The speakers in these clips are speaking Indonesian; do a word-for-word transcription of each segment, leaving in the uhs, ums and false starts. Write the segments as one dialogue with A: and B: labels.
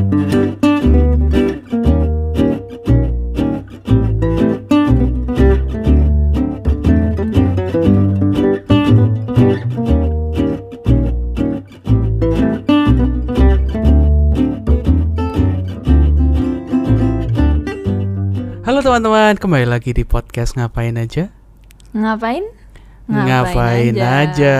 A: Halo teman-teman, kembali lagi di podcast Ngapain Aja.
B: Ngapain?
A: Ngapain, Ngapain aja. aja.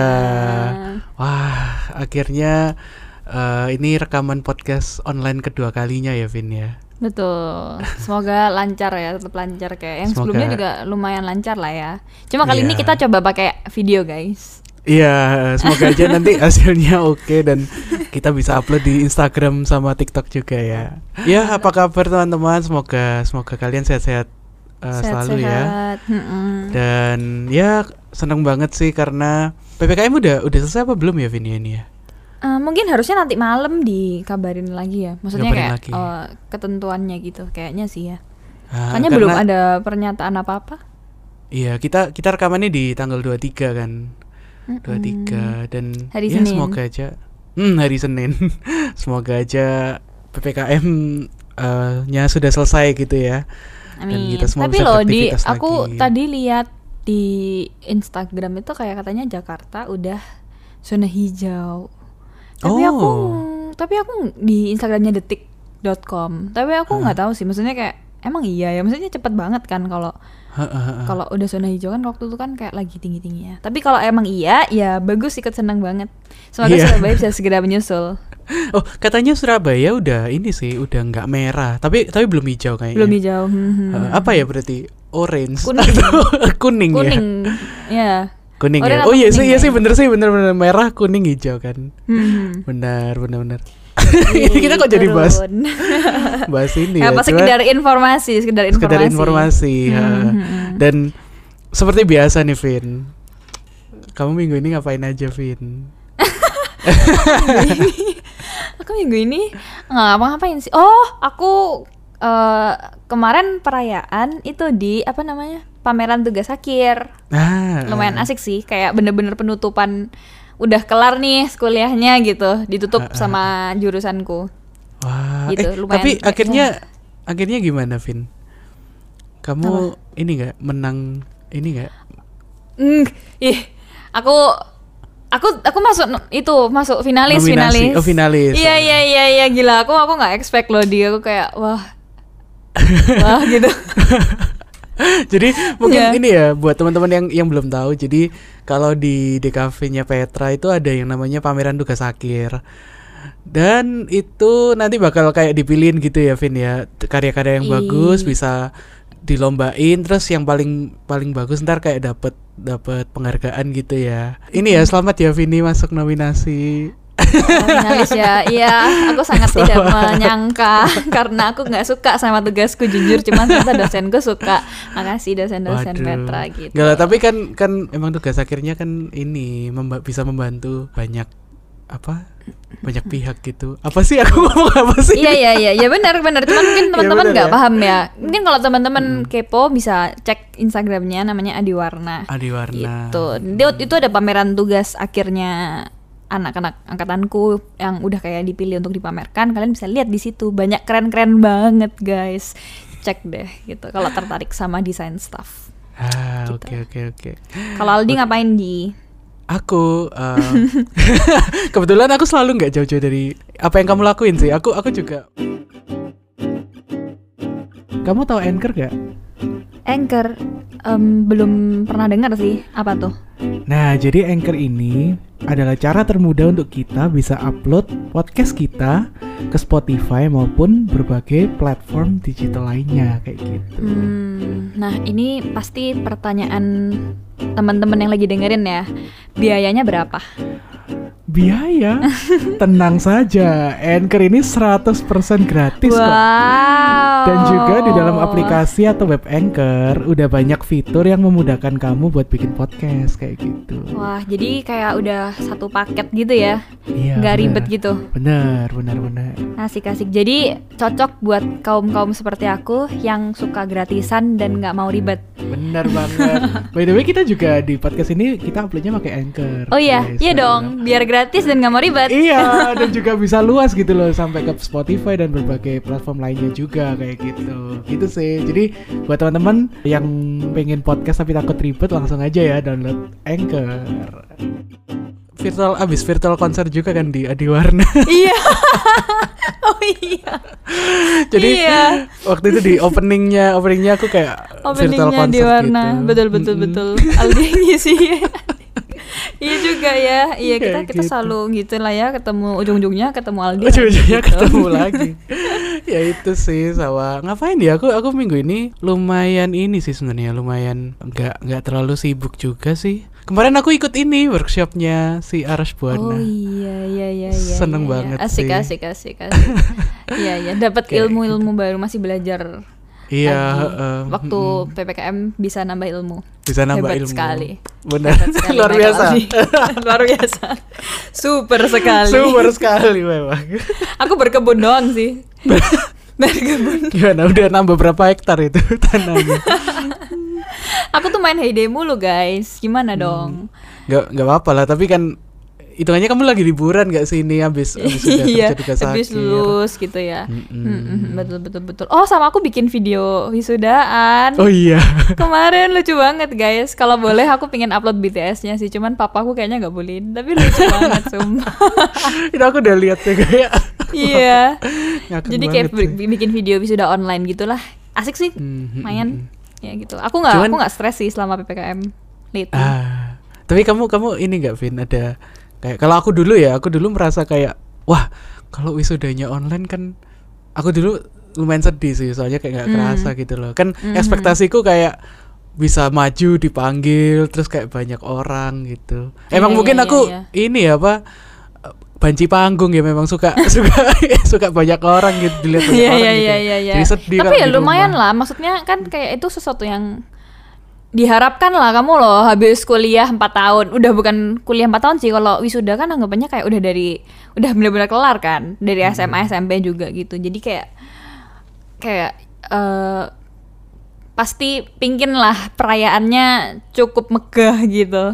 A: Wah, akhirnya uh, ini rekaman podcast online kedua kalinya ya, Vin ya.
B: Betul. Semoga lancar ya, tetap lancar kayak yang
A: Semoga.
B: Sebelumnya juga lumayan lancar lah ya. Cuma kali
A: yeah.
B: ini kita coba pakai video, guys.
A: Iya, semoga aja nanti hasilnya oke okay dan kita bisa upload di Instagram sama TikTok juga ya. Ya, apa kabar teman-teman? Semoga semoga kalian sehat-sehat uh, selalu ya.
B: Mm-mm.
A: Dan ya seneng banget sih karena P P K M udah udah selesai apa belum ya Vin ini ya?
B: Uh, mungkin harusnya nanti malam dikabarin lagi ya. Maksudnya
A: Kabarin
B: kayak uh, ketentuannya gitu kayaknya sih ya.
A: Ah,
B: Kayaknya
A: karena,
B: belum ada pernyataan apa-apa.
A: Iya, kita kita rekamannya di tanggal dua puluh tiga kan. dua puluh tiga dan
B: hari
A: ya
B: Senin.
A: Semoga aja hmm hari Senin semoga aja P P K M uh, nya sudah selesai gitu ya.
B: Amin.
A: Dan kita semua
B: Tapi
A: bisa
B: loh di
A: beraktivitas
B: aku
A: lagi.
B: tadi lihat di Instagram itu kayak katanya Jakarta udah zona hijau. Tapi
A: Oh.
B: aku tapi aku di Instagramnya detik dot com. Tapi aku nggak tahu sih, maksudnya kayak emang iya ya, maksudnya cepet banget kan kalau kalau udah zona hijau kan waktu itu kan kayak lagi tinggi-tingginya. Tapi kalau emang iya, ya bagus, ikut senang banget. Semoga
A: Iya.
B: Surabaya bisa segera menyusul.
A: Oh, katanya Surabaya udah ini sih, udah nggak merah, tapi tapi belum hijau kayaknya.
B: Belum hijau. Hmm,
A: Uh, apa ya berarti orange
B: Kuning.
A: atau kuning,
B: Kuning.
A: ya?
B: Ya.
A: Kuning
B: Oranye
A: ya.
B: atau
A: Oh iya
B: kuning
A: sih, iya
B: ya?
A: sih bener sih, bener-bener merah, kuning, hijau kan.
B: Hmm.
A: Benar, benar-benar. Ini kita kok jadi bahas
B: Turun.
A: bahas ini
B: Ya,
A: ya.
B: apa
A: Cuma
B: sekedar informasi, sekedar informasi.
A: sekedar informasi.
B: Hmm,
A: ha.
B: hmm, hmm.
A: Dan seperti biasa nih Vin, kamu minggu ini ngapain aja Vin?
B: Aku minggu ini nggak ngapa-ngapain sih. Oh, aku uh, kemarin perayaan itu di apa namanya pameran tugas akhir.
A: Ah,
B: Lumayan asik sih, kayak bener-bener penutupan. Udah kelar nih kuliahnya gitu, ditutup
A: Ah, ah.
B: sama jurusanku.
A: Wah,
B: Gitu,
A: eh,
B: lumayan
A: tapi
B: kayak-
A: akhirnya akhirnya gimana Vin? Kamu ini nggak menang ini nggak?
B: Mm, ih, aku aku aku masuk itu masuk finalis
A: Nominasi.
B: finalis.
A: Oh, finalis.
B: Iya iya iya iya gila, aku aku nggak expect loh dia, aku kayak wah wah gitu.
A: Jadi mungkin
B: Yeah.
A: ini ya buat teman-teman yang yang belum tahu. Jadi kalau di D K V-nya Petra itu ada yang namanya pameran tugas akhir. Dan itu nanti bakal kayak dipilihin gitu ya Vin ya. Karya-karya yang
B: Ih.
A: bagus bisa dilombain, terus yang paling paling bagus ntar kayak dapat dapat penghargaan gitu ya. Ini ya selamat ya Vini masuk nominasi.
B: Oh, finalis ya, iya. Aku sangat tidak
A: Selamat.
B: menyangka karena aku nggak suka sama tugasku jujur. Cuman ternyata dosenku suka. Makasih dosen-dosen
A: Waduh.
B: Petra gitu.
A: Nggak lah, tapi kan kan emang tugas akhirnya kan ini memba- bisa membantu banyak apa? Banyak pihak gitu. Apa sih aku ngomong apa sih?
B: Iya iya iya, ya benar benar. Cuman mungkin teman-teman
A: benar
B: nggak
A: ya.
B: paham ya. Mungkin kalau teman-teman kepo bisa cek Instagramnya, namanya Adi Warna.
A: Adi Warna.
B: Gitu. Dia, itu ada pameran tugas akhirnya anak-anak angkatanku yang udah kayak dipilih untuk dipamerkan. Kalian bisa lihat di situ, banyak keren-keren banget guys. Cek deh gitu kalau tertarik sama desain stuff.
A: Ah,
B: Gitu.
A: oke oke oke.
B: Kalau Aldi ngapain di?
A: Aku uh, kebetulan aku selalu nggak jauh-jauh dari apa yang kamu lakuin sih. Aku aku juga. Kamu tahu Anchor gak?
B: Anchor em, belum pernah dengar sih. Apa tuh?
A: Nah, jadi Anchor ini adalah cara termudah untuk kita bisa upload podcast kita ke Spotify maupun berbagai platform digital lainnya kayak gitu.
B: Hmm, nah ini pasti pertanyaan teman-teman yang lagi dengerin ya. Biayanya berapa?
A: Biaya? Tenang saja, Anchor ini seratus persen gratis
B: Wow.
A: kok. Dan juga di dalam aplikasi atau web Anchor udah banyak fitur yang memudahkan kamu buat bikin podcast kayak gitu.
B: Wah, jadi kayak udah satu paket gitu ya.
A: Iya,
B: Nggak
A: benar.
B: ribet gitu.
A: Benar, benar, benar.
B: Asik-asik. Jadi cocok buat kaum-kaum seperti aku yang suka gratisan dan nggak mau ribet.
A: Benar banget. By the way, kita juga di podcast ini kita uploadnya pakai Anchor.
B: Oh iya,
A: guys.
B: iya
A: Nah,
B: dong. Biar gratis gratis dan nggak mau ribet.
A: Iya, dan juga bisa luas gitu loh sampai ke Spotify dan berbagai platform lainnya juga kayak gitu. Gitu sih. Jadi buat teman-teman yang pengen podcast tapi takut ribet, langsung aja ya download Anchor. Virtual abis virtual konser juga kan di Adiwarna.
B: Iya. Oh iya.
A: Jadi
B: iya.
A: waktu itu di openingnya openingnya aku kayak virtual
B: Openingnya
A: konser
B: di Warna.
A: gitu.
B: Betul betul
A: Mm-mm.
B: betul. Aldi ngisi. Iya juga ya. Iya kita
A: Kayak
B: kita
A: gitu.
B: selalu gitu lah ya, ketemu ujung-ujungnya ketemu Aldi.
A: Ujung-ujungnya
B: gitu.
A: ketemu lagi. Ya itu sih sama ngapain ya aku aku minggu ini lumayan ini sih sebenarnya lumayan nggak nggak terlalu sibuk juga sih. Kemarin aku ikut ini workshopnya si Aras Buana.
B: Oh iya iya iya iya.
A: Seneng
B: iya,
A: banget
B: iya. Asik,
A: sih.
B: asik asik asik. Iya iya dapat
A: Kayak
B: ilmu-ilmu baru, masih belajar.
A: Iya,
B: lagi.
A: heeh,
B: Waktu
A: mm-mm.
B: P P K M bisa nambah ilmu.
A: Bisa nambah
B: Hebat
A: ilmu.
B: sekali.
A: Benar.
B: Hebat sekali,
A: Luar
B: Michael
A: biasa.
B: Aldi. Luar biasa. Super sekali.
A: Super sekali memang.
B: Aku berkebun doang sih. Berkebun.
A: Gimana udah nambah berapa hektar itu tanahnya?
B: Aku tuh main Heyday mulu guys. Gimana
A: Hmm.
B: dong?
A: Gak gak apa-apa lah, tapi kan hitungannya kamu lagi liburan gak sih ini habis habis sudah
B: Iya,
A: kerja tugas
B: habis
A: akhir.
B: lulus gitu ya.
A: Mm-mm.
B: Mm-mm, betul betul betul. Oh sama aku bikin video wisudaan.
A: Oh iya.
B: Kemarin lucu banget guys. Kalau boleh aku pengen upload B T S-nya sih, cuman papaku kayaknya nggak bolehin. Tapi lucu banget sumpah.
A: Itu aku udah lihat ya kayak.
B: Iya.
A: Ngakak
B: Jadi kayak
A: banget
B: bi- bikin video wisuda online gitulah. Asik sih.
A: Mhm.
B: Lumayan. Ya gitu. Aku nggak
A: Cuman-
B: aku nggak stres sih selama P P K M. Lit.
A: Ah, tapi kamu kamu ini nggak Vin ada kayak kalau aku dulu ya aku dulu merasa kayak wah kalau wisudanya online kan aku dulu lumayan sedih sih soalnya kayak nggak
B: Mm.
A: kerasa gitu loh kan
B: Mhm.
A: ekspektasiku kayak bisa maju dipanggil terus kayak banyak orang gitu emang
B: Iya,
A: mungkin
B: iya,
A: aku
B: iya,
A: ini ya apa banci panggung ya memang suka suka suka banyak orang gitu dilihat banyak
B: Iya
A: orang
B: iya
A: gitu
B: iya
A: ya.
B: iya iya.
A: Jadi sedih
B: Tapi
A: kalau
B: ya
A: di
B: lumayan
A: rumah.
B: lah. Maksudnya kan kayak itu sesuatu yang diharapkan lah, kamu loh habis kuliah empat tahun. Udah bukan kuliah empat tahun sih, kalau wisuda kan anggapannya kayak udah dari udah benar-benar kelar kan, dari S M A S M P juga gitu. Jadi kayak kayak eh pasti pingin lah perayaannya cukup megah gitu.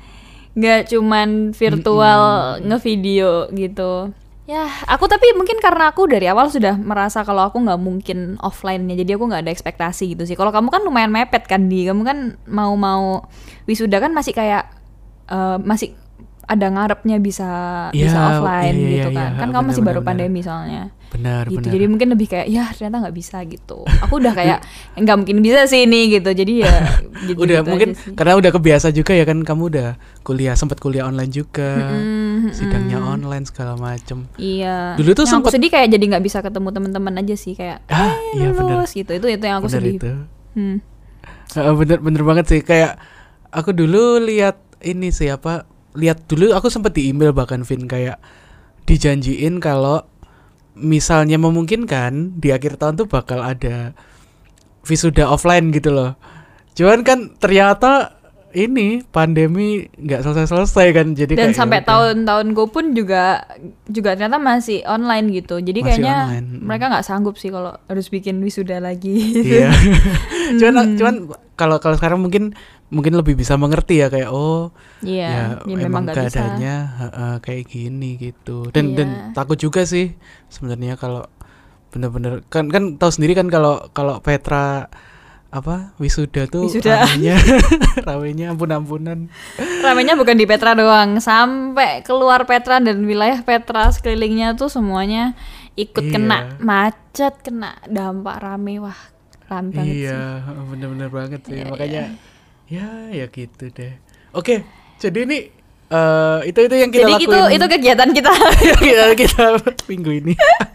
B: Nggak cuman virtual ngevideo gitu. Ya, aku tapi mungkin karena aku dari awal sudah merasa kalau aku nggak mungkin offline-nya, jadi aku nggak ada ekspektasi gitu sih. Kalau kamu kan lumayan mepet kan, di kamu kan mau-mau wisuda kan masih kayak eh, masih ada ngarepnya bisa
A: Ya,
B: bisa offline
A: iya, iya,
B: gitu kan.
A: iya,
B: Kan kamu masih baru
A: benar-benar.
B: pandemi soalnya.
A: benar
B: Gitu.
A: benar
B: Jadi mungkin lebih kayak ya ternyata nggak bisa gitu. Aku udah kayak nggak mungkin bisa sih ini gitu. Jadi ya gitu,
A: udah
B: gitu
A: mungkin
B: aja sih.
A: karena udah kebiasa juga ya kan kamu udah kuliah sempat kuliah online juga
B: Mm-mm,
A: sidangnya
B: mm-mm.
A: online segala macem
B: Iya.
A: Dulu tuh
B: yang aku
A: sempet-
B: sedih kayak jadi nggak bisa ketemu teman-teman aja sih kayak
A: ah
B: eh,
A: iya benar
B: lulus gitu. Itu itu yang aku
A: benar
B: sedih.
A: itu
B: Hmm.
A: Heeh, bener bener banget sih kayak aku dulu lihat ini sih apa lihat dulu aku sempat di email bahkan Vin kayak dijanjiin kalau misalnya memungkinkan di akhir tahun tuh bakal ada wisuda offline gitu loh. Cuman kan ternyata ini pandemi nggak selesai-selesai kan jadi
B: Dan
A: kayak
B: sampai
A: ya udah.
B: tahun-tahun gue pun juga juga ternyata masih online gitu. Jadi
A: Masih
B: kayaknya
A: online, mm.
B: mereka nggak sanggup sih kalau harus bikin wisuda lagi.
A: Iya. cuman
B: Hmm.
A: cuman kalau kalau sekarang mungkin mungkin lebih bisa mengerti ya kayak oh
B: Iya,
A: ya,
B: ya
A: emang
B: memang nggak bisa.
A: keadaannya heeh, kayak gini gitu. Dan
B: Iya.
A: dan takut juga sih sebenarnya kalau bener-bener kan kan tahu sendiri kan kalau kalau Petra apa wisuda tuh
B: Wisuda.
A: ramenya ramenya ampun-ampunan.
B: Ramenya bukan di Petra doang, sampai keluar Petra dan wilayah Petra sekelilingnya tuh semuanya ikut
A: Iya.
B: kena macet, kena dampak rame. Wah, rame banget sih.
A: Iya, bener-bener banget sih.
B: Iya,
A: Makanya ya ya gitu deh. Oke, jadi ini eh itu itu yang kita
B: Jadi itu
A: lakuin.
B: itu kegiatan kita.
A: kita kita minggu ini.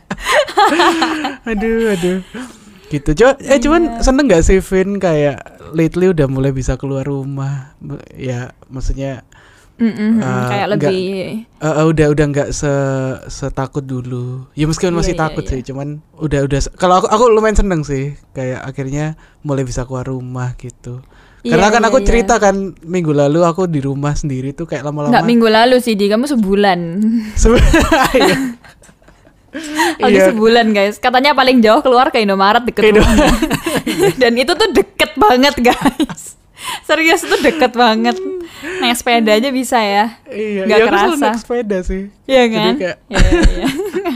A: aduh, aduh. Gitu. Coba eh cuman
B: Iya.
A: seneng gak sih Vin kayak lately udah mulai bisa keluar rumah. Be- Ya, maksudnya
B: Mm-mm,
A: Eh,
B: kayak
A: enggak.
B: lebih
A: eh, eh, udah udah nggak se setakut dulu. Ya meskipun
B: Iya,
A: masih
B: iya,
A: takut
B: iya.
A: sih, cuman udah udah se- kalau aku aku lumayan seneng sih kayak akhirnya mulai bisa keluar rumah gitu.
B: Iya,
A: Karena kan
B: iya,
A: aku
B: iya.
A: cerita kan minggu lalu aku di rumah sendiri tuh kayak lama-lama.
B: nggak minggu lalu sih, di kamu sebulan.
A: Iya.
B: Aldi
A: Iya.
B: sebulan guys. Katanya paling jauh keluar ke Indomaret deket
A: Ke Indo-
B: rumahnya. Dan itu tuh deket banget guys. Serius tuh deket banget. Naik sepeda aja bisa ya.
A: Iya,
B: Gak
A: iya,
B: kerasa.
A: aku selalu naik sepeda sih.
B: Iya kan?
A: Jadi kayak,
B: Iya, iya, iya.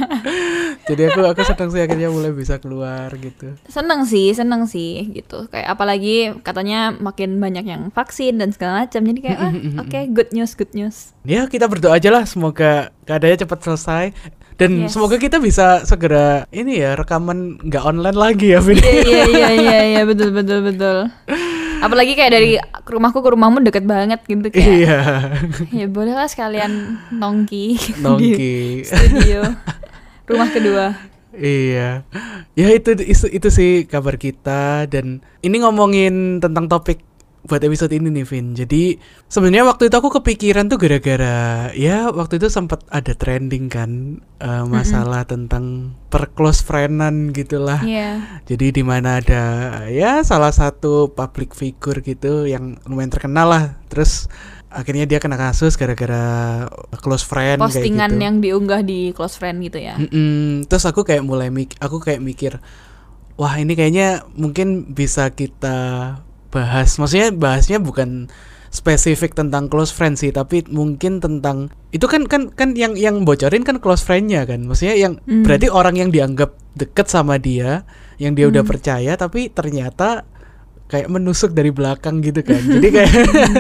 A: jadi aku aku senang sih akhirnya mulai bisa keluar gitu.
B: Seneng sih, seneng sih gitu. Kayak apalagi katanya makin banyak yang vaksin dan segala macam. Jadi kayak ah, oke, okay, good news, good news.
A: Ya kita berdoa aja lah semoga keadaannya cepat selesai dan
B: Yes.
A: semoga kita bisa segera ini ya rekaman nggak online lagi ya Vin.
B: Iya iya iya iya betul betul betul. Apalagi kayak dari rumahku ke rumahmu deket banget gitu kayak.
A: Iya.
B: Ya bolehlah sekalian nongki
A: Nongki.
B: di studio rumah kedua.
A: Iya. Ya itu, itu itu sih kabar kita dan ini ngomongin tentang topik buat episode ini nih Vin. Jadi sebenarnya waktu itu aku kepikiran tuh gara-gara ya waktu itu sempat ada trending kan uh, masalah mm-hmm. tentang per close friend-an gitulah.
B: Yeah.
A: Jadi di mana ada ya salah satu public figure gitu yang lumayan terkenal lah. Terus akhirnya dia kena kasus gara-gara close friend
B: postingan
A: kayak gitu.
B: Yang diunggah di close friend gitu ya.
A: Mm-mm. Terus aku kayak mulai mik aku kayak mikir wah ini kayaknya mungkin bisa kita bahas, maksudnya bahasnya bukan spesifik tentang close friend sih, tapi mungkin tentang itu kan kan kan yang yang bocorin kan close friend-nya kan, maksudnya yang mm. berarti orang yang dianggap deket sama dia, yang dia mm. udah percaya, tapi ternyata kayak menusuk dari belakang gitu kan, jadi kayak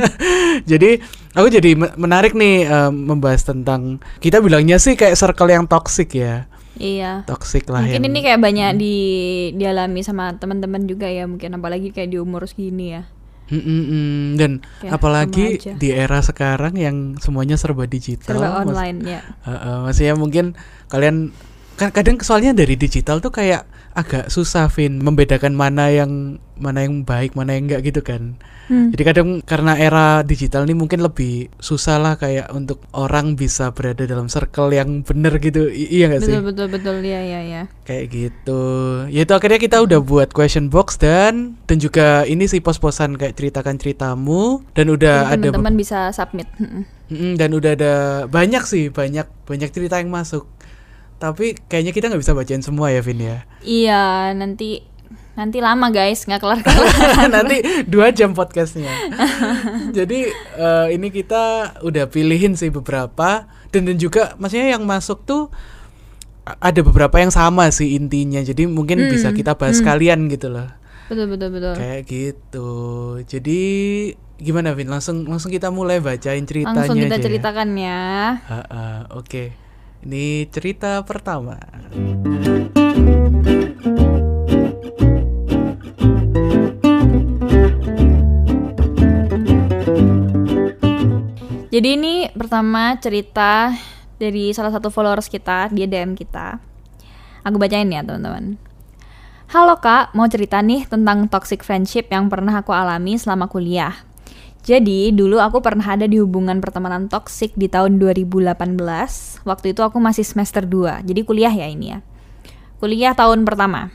A: jadi aku jadi menarik nih um, membahas tentang kita bilangnya sih kayak circle yang toxic ya.
B: Iya.
A: Toxic lah.
B: Mungkin
A: yang,
B: ini kayak banyak di dialami sama teman-teman juga ya, mungkin apalagi kayak di umur segini ya.
A: Mm-mm. Dan kayak apalagi di era sekarang yang semuanya serba digital.
B: Serba online
A: mas-
B: ya.
A: Uh, uh, maksudnya mungkin kalian kan kadang soalnya dari digital tuh kayak agak susah Vin membedakan mana yang mana yang baik mana yang enggak gitu kan. Hmm. Jadi kadang karena era digital ini mungkin lebih susah lah kayak untuk orang bisa berada dalam circle yang bener gitu. I- iya gak sih?
B: Betul betul betul ya ya ya.
A: Kayak gitu. Ya itu akhirnya kita udah buat question box dan dan juga ini sih pos-posan kayak ceritakan ceritamu dan udah
B: jadi
A: ada
B: teman-teman be- bisa submit.
A: Mm-mm, dan udah ada banyak sih banyak banyak cerita yang masuk. Tapi kayaknya kita nggak bisa bacain semua ya Vin ya.
B: Iya nanti nanti lama guys nggak kelar-kelar.
A: Nanti dua jam podcastnya. Jadi uh, ini kita udah pilihin sih beberapa dan dan juga maksudnya yang masuk tuh ada beberapa yang sama sih intinya. Jadi mungkin hmm, bisa kita bahas hmm. sekalian gitu loh.
B: Betul betul betul.
A: Kayak gitu. Jadi gimana Vin? Langsung langsung kita mulai bacain ceritanya.
B: Langsung kita
A: aja
B: ceritakan ya.
A: ya. Uh, uh, Oke. Okay. Ini cerita pertama.
B: Jadi ini pertama cerita dari salah satu followers kita, dia D M kita. Aku bacain ya teman-teman. Halo kak, mau cerita nih tentang toxic friendship yang pernah aku alami selama kuliah. Jadi dulu aku pernah ada di hubungan pertemanan toksik di tahun dua ribu delapan belas. Waktu itu aku masih semester dua, jadi kuliah ya ini ya. Kuliah tahun pertama.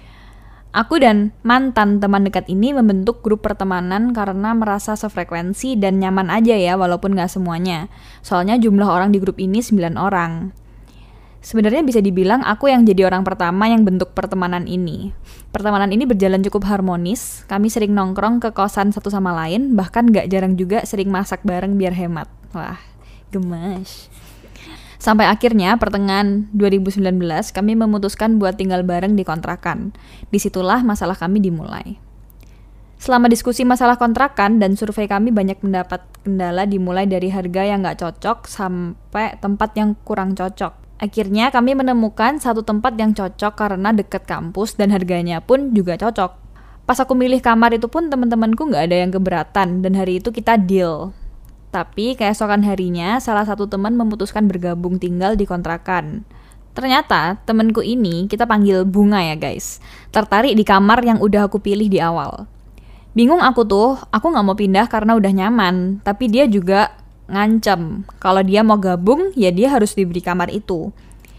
B: Aku dan mantan teman dekat ini membentuk grup pertemanan karena merasa sefrekuensi dan nyaman aja ya walaupun gak semuanya. Soalnya jumlah orang di grup ini sembilan orang. Sebenarnya bisa dibilang aku yang jadi orang pertama yang bentuk pertemanan ini. Pertemanan ini berjalan cukup harmonis, kami sering nongkrong ke kosan satu sama lain, bahkan gak jarang juga sering masak bareng biar hemat. Wah, gemas. Sampai akhirnya pertengahan dua ribu sembilan belas kami memutuskan buat tinggal bareng di kontrakan. Disitulah masalah kami dimulai. Selama diskusi masalah kontrakan dan survei kami banyak mendapat kendala dimulai dari harga yang gak cocok sampai tempat yang kurang cocok. Akhirnya kami menemukan satu tempat yang cocok karena dekat kampus dan harganya pun juga cocok. Pas aku milih kamar itu pun teman-temanku gak ada yang keberatan dan hari itu kita deal. Tapi keesokan harinya salah satu teman memutuskan bergabung tinggal di kontrakan. Ternyata temanku ini kita panggil Bunga ya guys. Tertarik di kamar yang udah aku pilih di awal. Bingung aku tuh, aku gak mau pindah karena udah nyaman. Tapi dia juga ngancem kalau dia mau gabung ya dia harus diberi kamar itu.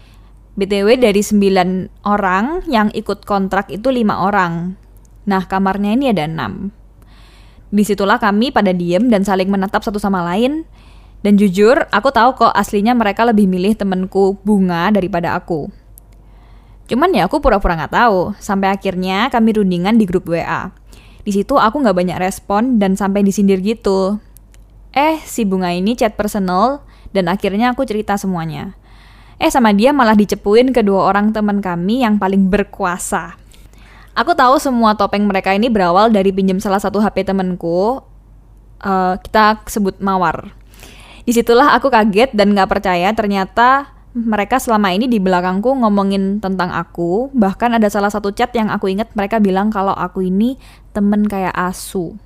B: B T W dari sembilan orang yang ikut kontrak itu lima orang. Nah kamarnya ini ada enam. Disitulah kami pada diem dan saling menatap satu sama lain. Dan jujur aku tahu kok aslinya mereka lebih milih temenku Bunga daripada aku. Cuman ya aku pura-pura gak tahu. Sampai akhirnya kami rundingan di grup W A. Di situ aku nggak banyak respon dan sampai disindir gitu. Eh, si Bunga ini chat personal dan akhirnya aku cerita semuanya. Eh, sama dia malah dicepuin kedua orang teman kami yang paling berkuasa. Aku tahu semua topeng mereka ini berawal dari pinjam salah satu H P temanku. Uh, kita sebut Mawar. Disitulah aku kaget dan gak percaya ternyata mereka selama ini di belakangku ngomongin tentang aku. Bahkan ada salah satu chat yang aku ingat mereka bilang kalau aku ini temen kayak asu.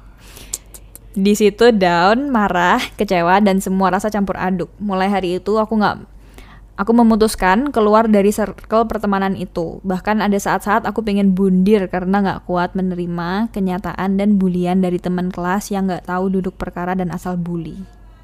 B: Di situ down, marah, kecewa, dan semua rasa campur aduk. Mulai hari itu aku nggak, aku memutuskan keluar dari circle pertemanan itu. Bahkan ada saat-saat aku pengen bundir karena nggak kuat menerima kenyataan dan bulian dari teman kelas yang nggak tahu duduk perkara dan asal bully.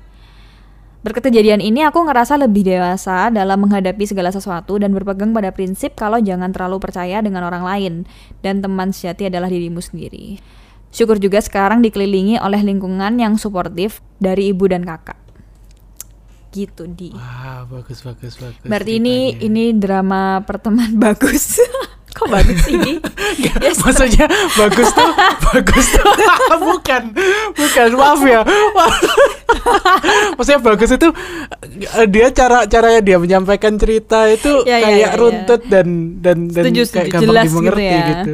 B: Berkat kejadian ini aku ngerasa lebih dewasa dalam menghadapi segala sesuatu dan berpegang pada prinsip kalau jangan terlalu percaya dengan orang lain dan teman sejati adalah dirimu sendiri. Syukur juga sekarang dikelilingi oleh lingkungan yang suportif dari ibu dan kakak. Gitu di.
A: Wah, bagus bagus bagus.
B: Berarti ini ini drama pertemanan bagus. Kok bagus ini?
A: Ya, maksudnya bagus tuh, bagus tuh. bukan, bukan maaf ya. Maksudnya bagus itu dia cara caranya dia menyampaikan cerita itu
B: ya,
A: kayak
B: ya, ya,
A: runtut
B: ya.
A: dan dan dan
B: setuju,
A: kayak
B: setuju,
A: gampang
B: jelas
A: dimengerti
B: gitu. Ya.
A: gitu.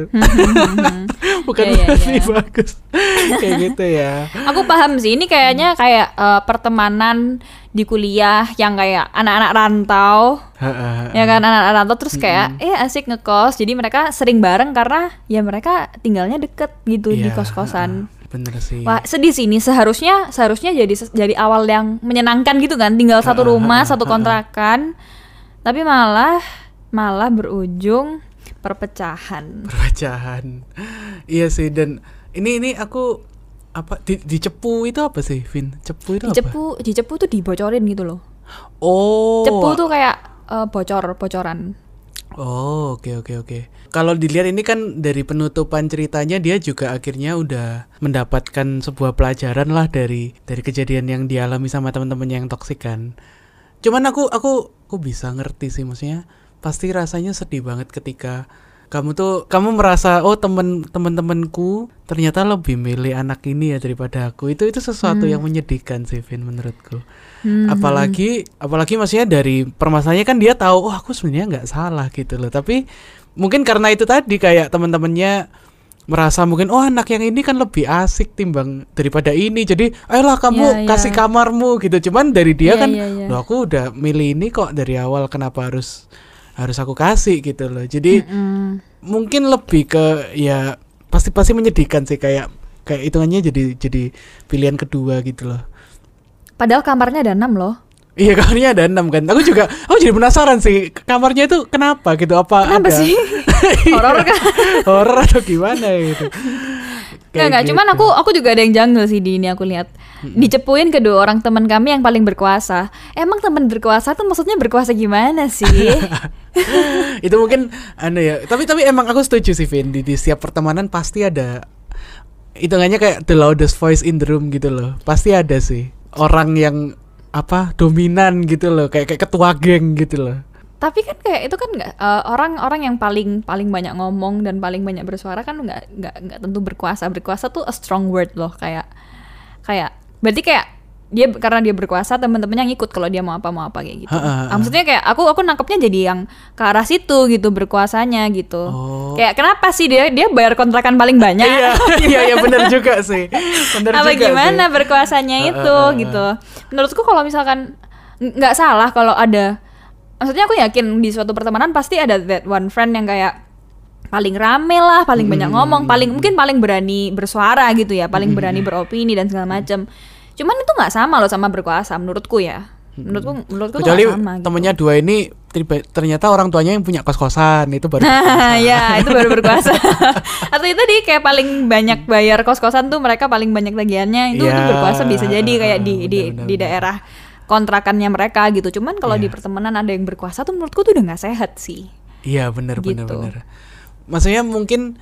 A: Bukan
B: ya, ya,
A: berarti
B: ya.
A: bagus kayak gitu ya.
B: Aku paham sih ini kayaknya kayak uh, pertemanan di kuliah yang kayak anak-anak rantau.
A: Ha, ha, ha.
B: Ya kan anak-anak rantau terus kayak
A: Mm-hmm.
B: eh asik ngekos. Jadi mereka sering bareng karena ya mereka tinggalnya deket gitu di
A: Iya,
B: kos-kosan.
A: Bener sih.
B: Wah, sedih sih ini seharusnya seharusnya jadi jadi awal yang menyenangkan gitu kan, tinggal satu rumah, satu kontrakan. Tapi malah malah berujung perpecahan.
A: Perpecahan. Iya sih, dan ini ini aku apa di, dicepu itu apa sih, Vin? Cepu itu
B: Dicepu,
A: apa?
B: dicepu tuh dibocorin gitu loh.
A: Oh.
B: Cepu tuh kayak uh, bocor-bocoran.
A: Oh, oke oke oke. Kalau dilihat ini kan dari penutupan ceritanya dia juga akhirnya udah mendapatkan sebuah pelajaran lah dari dari kejadian yang dialami sama teman-temannya yang toksik kan. Cuman aku aku aku bisa ngerti sih, maksudnya pasti rasanya sedih banget ketika kamu tuh kamu merasa oh temen temen-temenku ternyata lebih milih anak ini ya daripada aku. Itu itu sesuatu hmm. yang menyedihkan sih, Vin, menurutku. Hmm. Apalagi apalagi maksudnya dari permasalahannya kan dia tahu oh aku sebenarnya nggak salah gitu loh. Tapi mungkin karena itu tadi kayak teman-temannya merasa mungkin oh anak yang ini kan lebih asik timbang daripada ini. Jadi ayolah kamu yeah, kasih yeah. kamarmu gitu. Cuman dari dia yeah, kan yeah, yeah. loh aku udah milih ini kok dari awal, kenapa harus harus aku kasih gitu loh. Jadi mm-hmm. mungkin lebih ke ya pasti pasti menyedihkan sih, kayak kayak hitungannya jadi jadi pilihan kedua gitu loh.
B: Padahal kamarnya ada enam loh.
A: Iya, kamarnya ada enam kan. Aku juga aku jadi penasaran sih kamarnya itu kenapa gitu, apa
B: kenapa
A: ada
B: sih? Horor kan?
A: Horor atau gimana gitu.
B: Enggak, enggak, gitu. Cuman aku aku juga ada yang janggal sih di ini aku lihat. Mm-hmm. Dicepuin kedua orang teman kami yang paling berkuasa. Emang teman berkuasa tuh maksudnya berkuasa gimana sih?
A: Itu mungkin anu ya. Tapi tapi emang aku setuju sih, Vin. Di, di setiap pertemanan pasti ada hitungannya kayak the loudest voice in the room gitu loh. Pasti ada sih orang yang apa dominan gitu loh, kayak kayak ketua geng gitu loh.
B: Tapi kan kayak itu kan nggak uh, orang-orang yang paling paling banyak ngomong dan paling banyak bersuara kan nggak nggak nggak tentu berkuasa. Berkuasa tuh a strong word loh, kayak kayak berarti kayak dia karena dia berkuasa teman-temannya ngikut kalau dia mau apa mau apa kayak gitu. Ha, ha, ha. Ah, maksudnya kayak aku aku nangkepnya jadi yang ke arah situ gitu, berkuasanya gitu. Oh. Kayak kenapa sih dia dia bayar kontrakan paling banyak?
A: Iya iya iya benar juga sih. Benar
B: apa
A: juga
B: gimana
A: sih.
B: Berkuasanya itu uh, uh, uh. gitu. Menurutku kalau misalkan nggak salah kalau ada, maksudnya aku yakin di suatu pertemanan pasti ada that one friend yang kayak paling rame lah, paling hmm. banyak ngomong, paling mungkin paling berani bersuara gitu ya, paling hmm. berani beropini dan segala macam. Cuman itu nggak sama loh sama berkuasa menurutku ya. Menurutku menurutku
A: kecuali
B: tuh gak sama,
A: temennya
B: gitu.
A: Dua ini ternyata orang tuanya yang punya kos-kosan, itu baru
B: berkuasa. Ya itu baru berkuasa. Atau itu dia kayak paling banyak bayar kos-kosan tuh, mereka paling banyak tagihannya, itu ya, itu berkuasa bisa jadi kayak di bener, di bener, di daerah kontrakannya mereka gitu. Cuman kalau ya. Di pertemanan ada yang berkuasa tuh menurutku tuh udah nggak sehat sih.
A: Iya benar
B: gitu.
A: benar benar. Maksudnya mungkin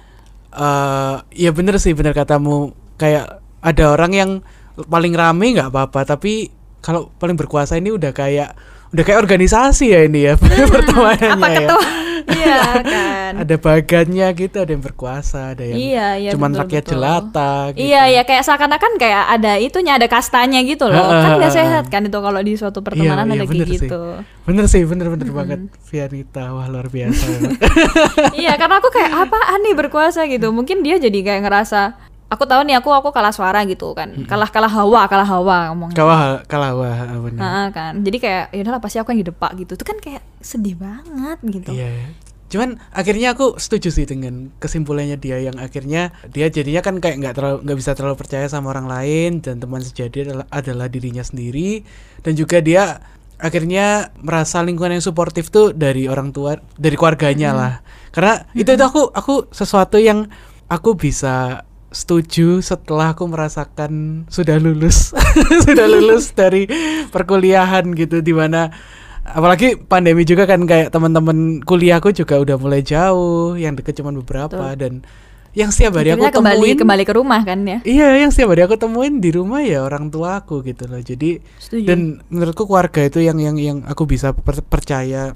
A: uh, ya benar sih, benar katamu, kayak ada orang yang paling rame nggak apa-apa, tapi kalau paling berkuasa ini udah kayak udah kayak organisasi ya ini ya hmm, pertemanannya
B: apa ketua
A: ya.
B: Iya kan.
A: Ada bagannya gitu, ada yang berkuasa, ada yang
B: Iya, iya,
A: cuman
B: betul,
A: rakyat
B: betul.
A: jelata gitu.
B: Iya, iya kayak seakan-akan kayak ada itunya, ada kastanya gitu loh.
A: Uh, uh,
B: kan gak
A: uh,
B: sehat kan itu kalau di suatu pertemanan
A: iya,
B: ada
A: iya,
B: kayak
A: bener sih.
B: gitu.
A: Bener sih, bener-bener hmm. banget Vianita, wah luar biasa.
B: Iya, karena aku kayak apaan nih berkuasa gitu. Mungkin dia jadi kayak ngerasa aku tahu nih aku aku kalah suara gitu kan. Hmm. Kalah kalah hawa, kalah hawa ngomongnya.
A: Kalah kalah hawa benar.
B: Nah, kan. Jadi kayak ya udahlah pasti aku yang didepak gitu. Itu kan kayak sedih banget gitu.
A: Iya. Cuman akhirnya aku setuju sih dengan kesimpulannya dia yang akhirnya dia jadinya kan kayak nggak terlalu nggak bisa terlalu percaya sama orang lain dan teman sejati adalah, adalah dirinya sendiri dan juga dia akhirnya merasa lingkungan yang suportif tuh dari orang tua, dari keluarganya hmm. lah. Karena hmm. itu itu aku aku sesuatu yang aku bisa setuju setelah aku merasakan sudah lulus sudah lulus dari perkuliahan gitu, dimana apalagi pandemi juga kan kayak teman-teman kuliahku juga udah mulai jauh, yang deket cuma beberapa. Betul. Dan yang setiap hari
B: akhirnya
A: aku
B: kembali,
A: temuin
B: kembali ke rumah kan ya.
A: Iya, yang setiap hari aku temuin di rumah ya orang tua aku gitu loh. Jadi setuju. Dan menurutku keluarga itu yang yang yang aku bisa per- percaya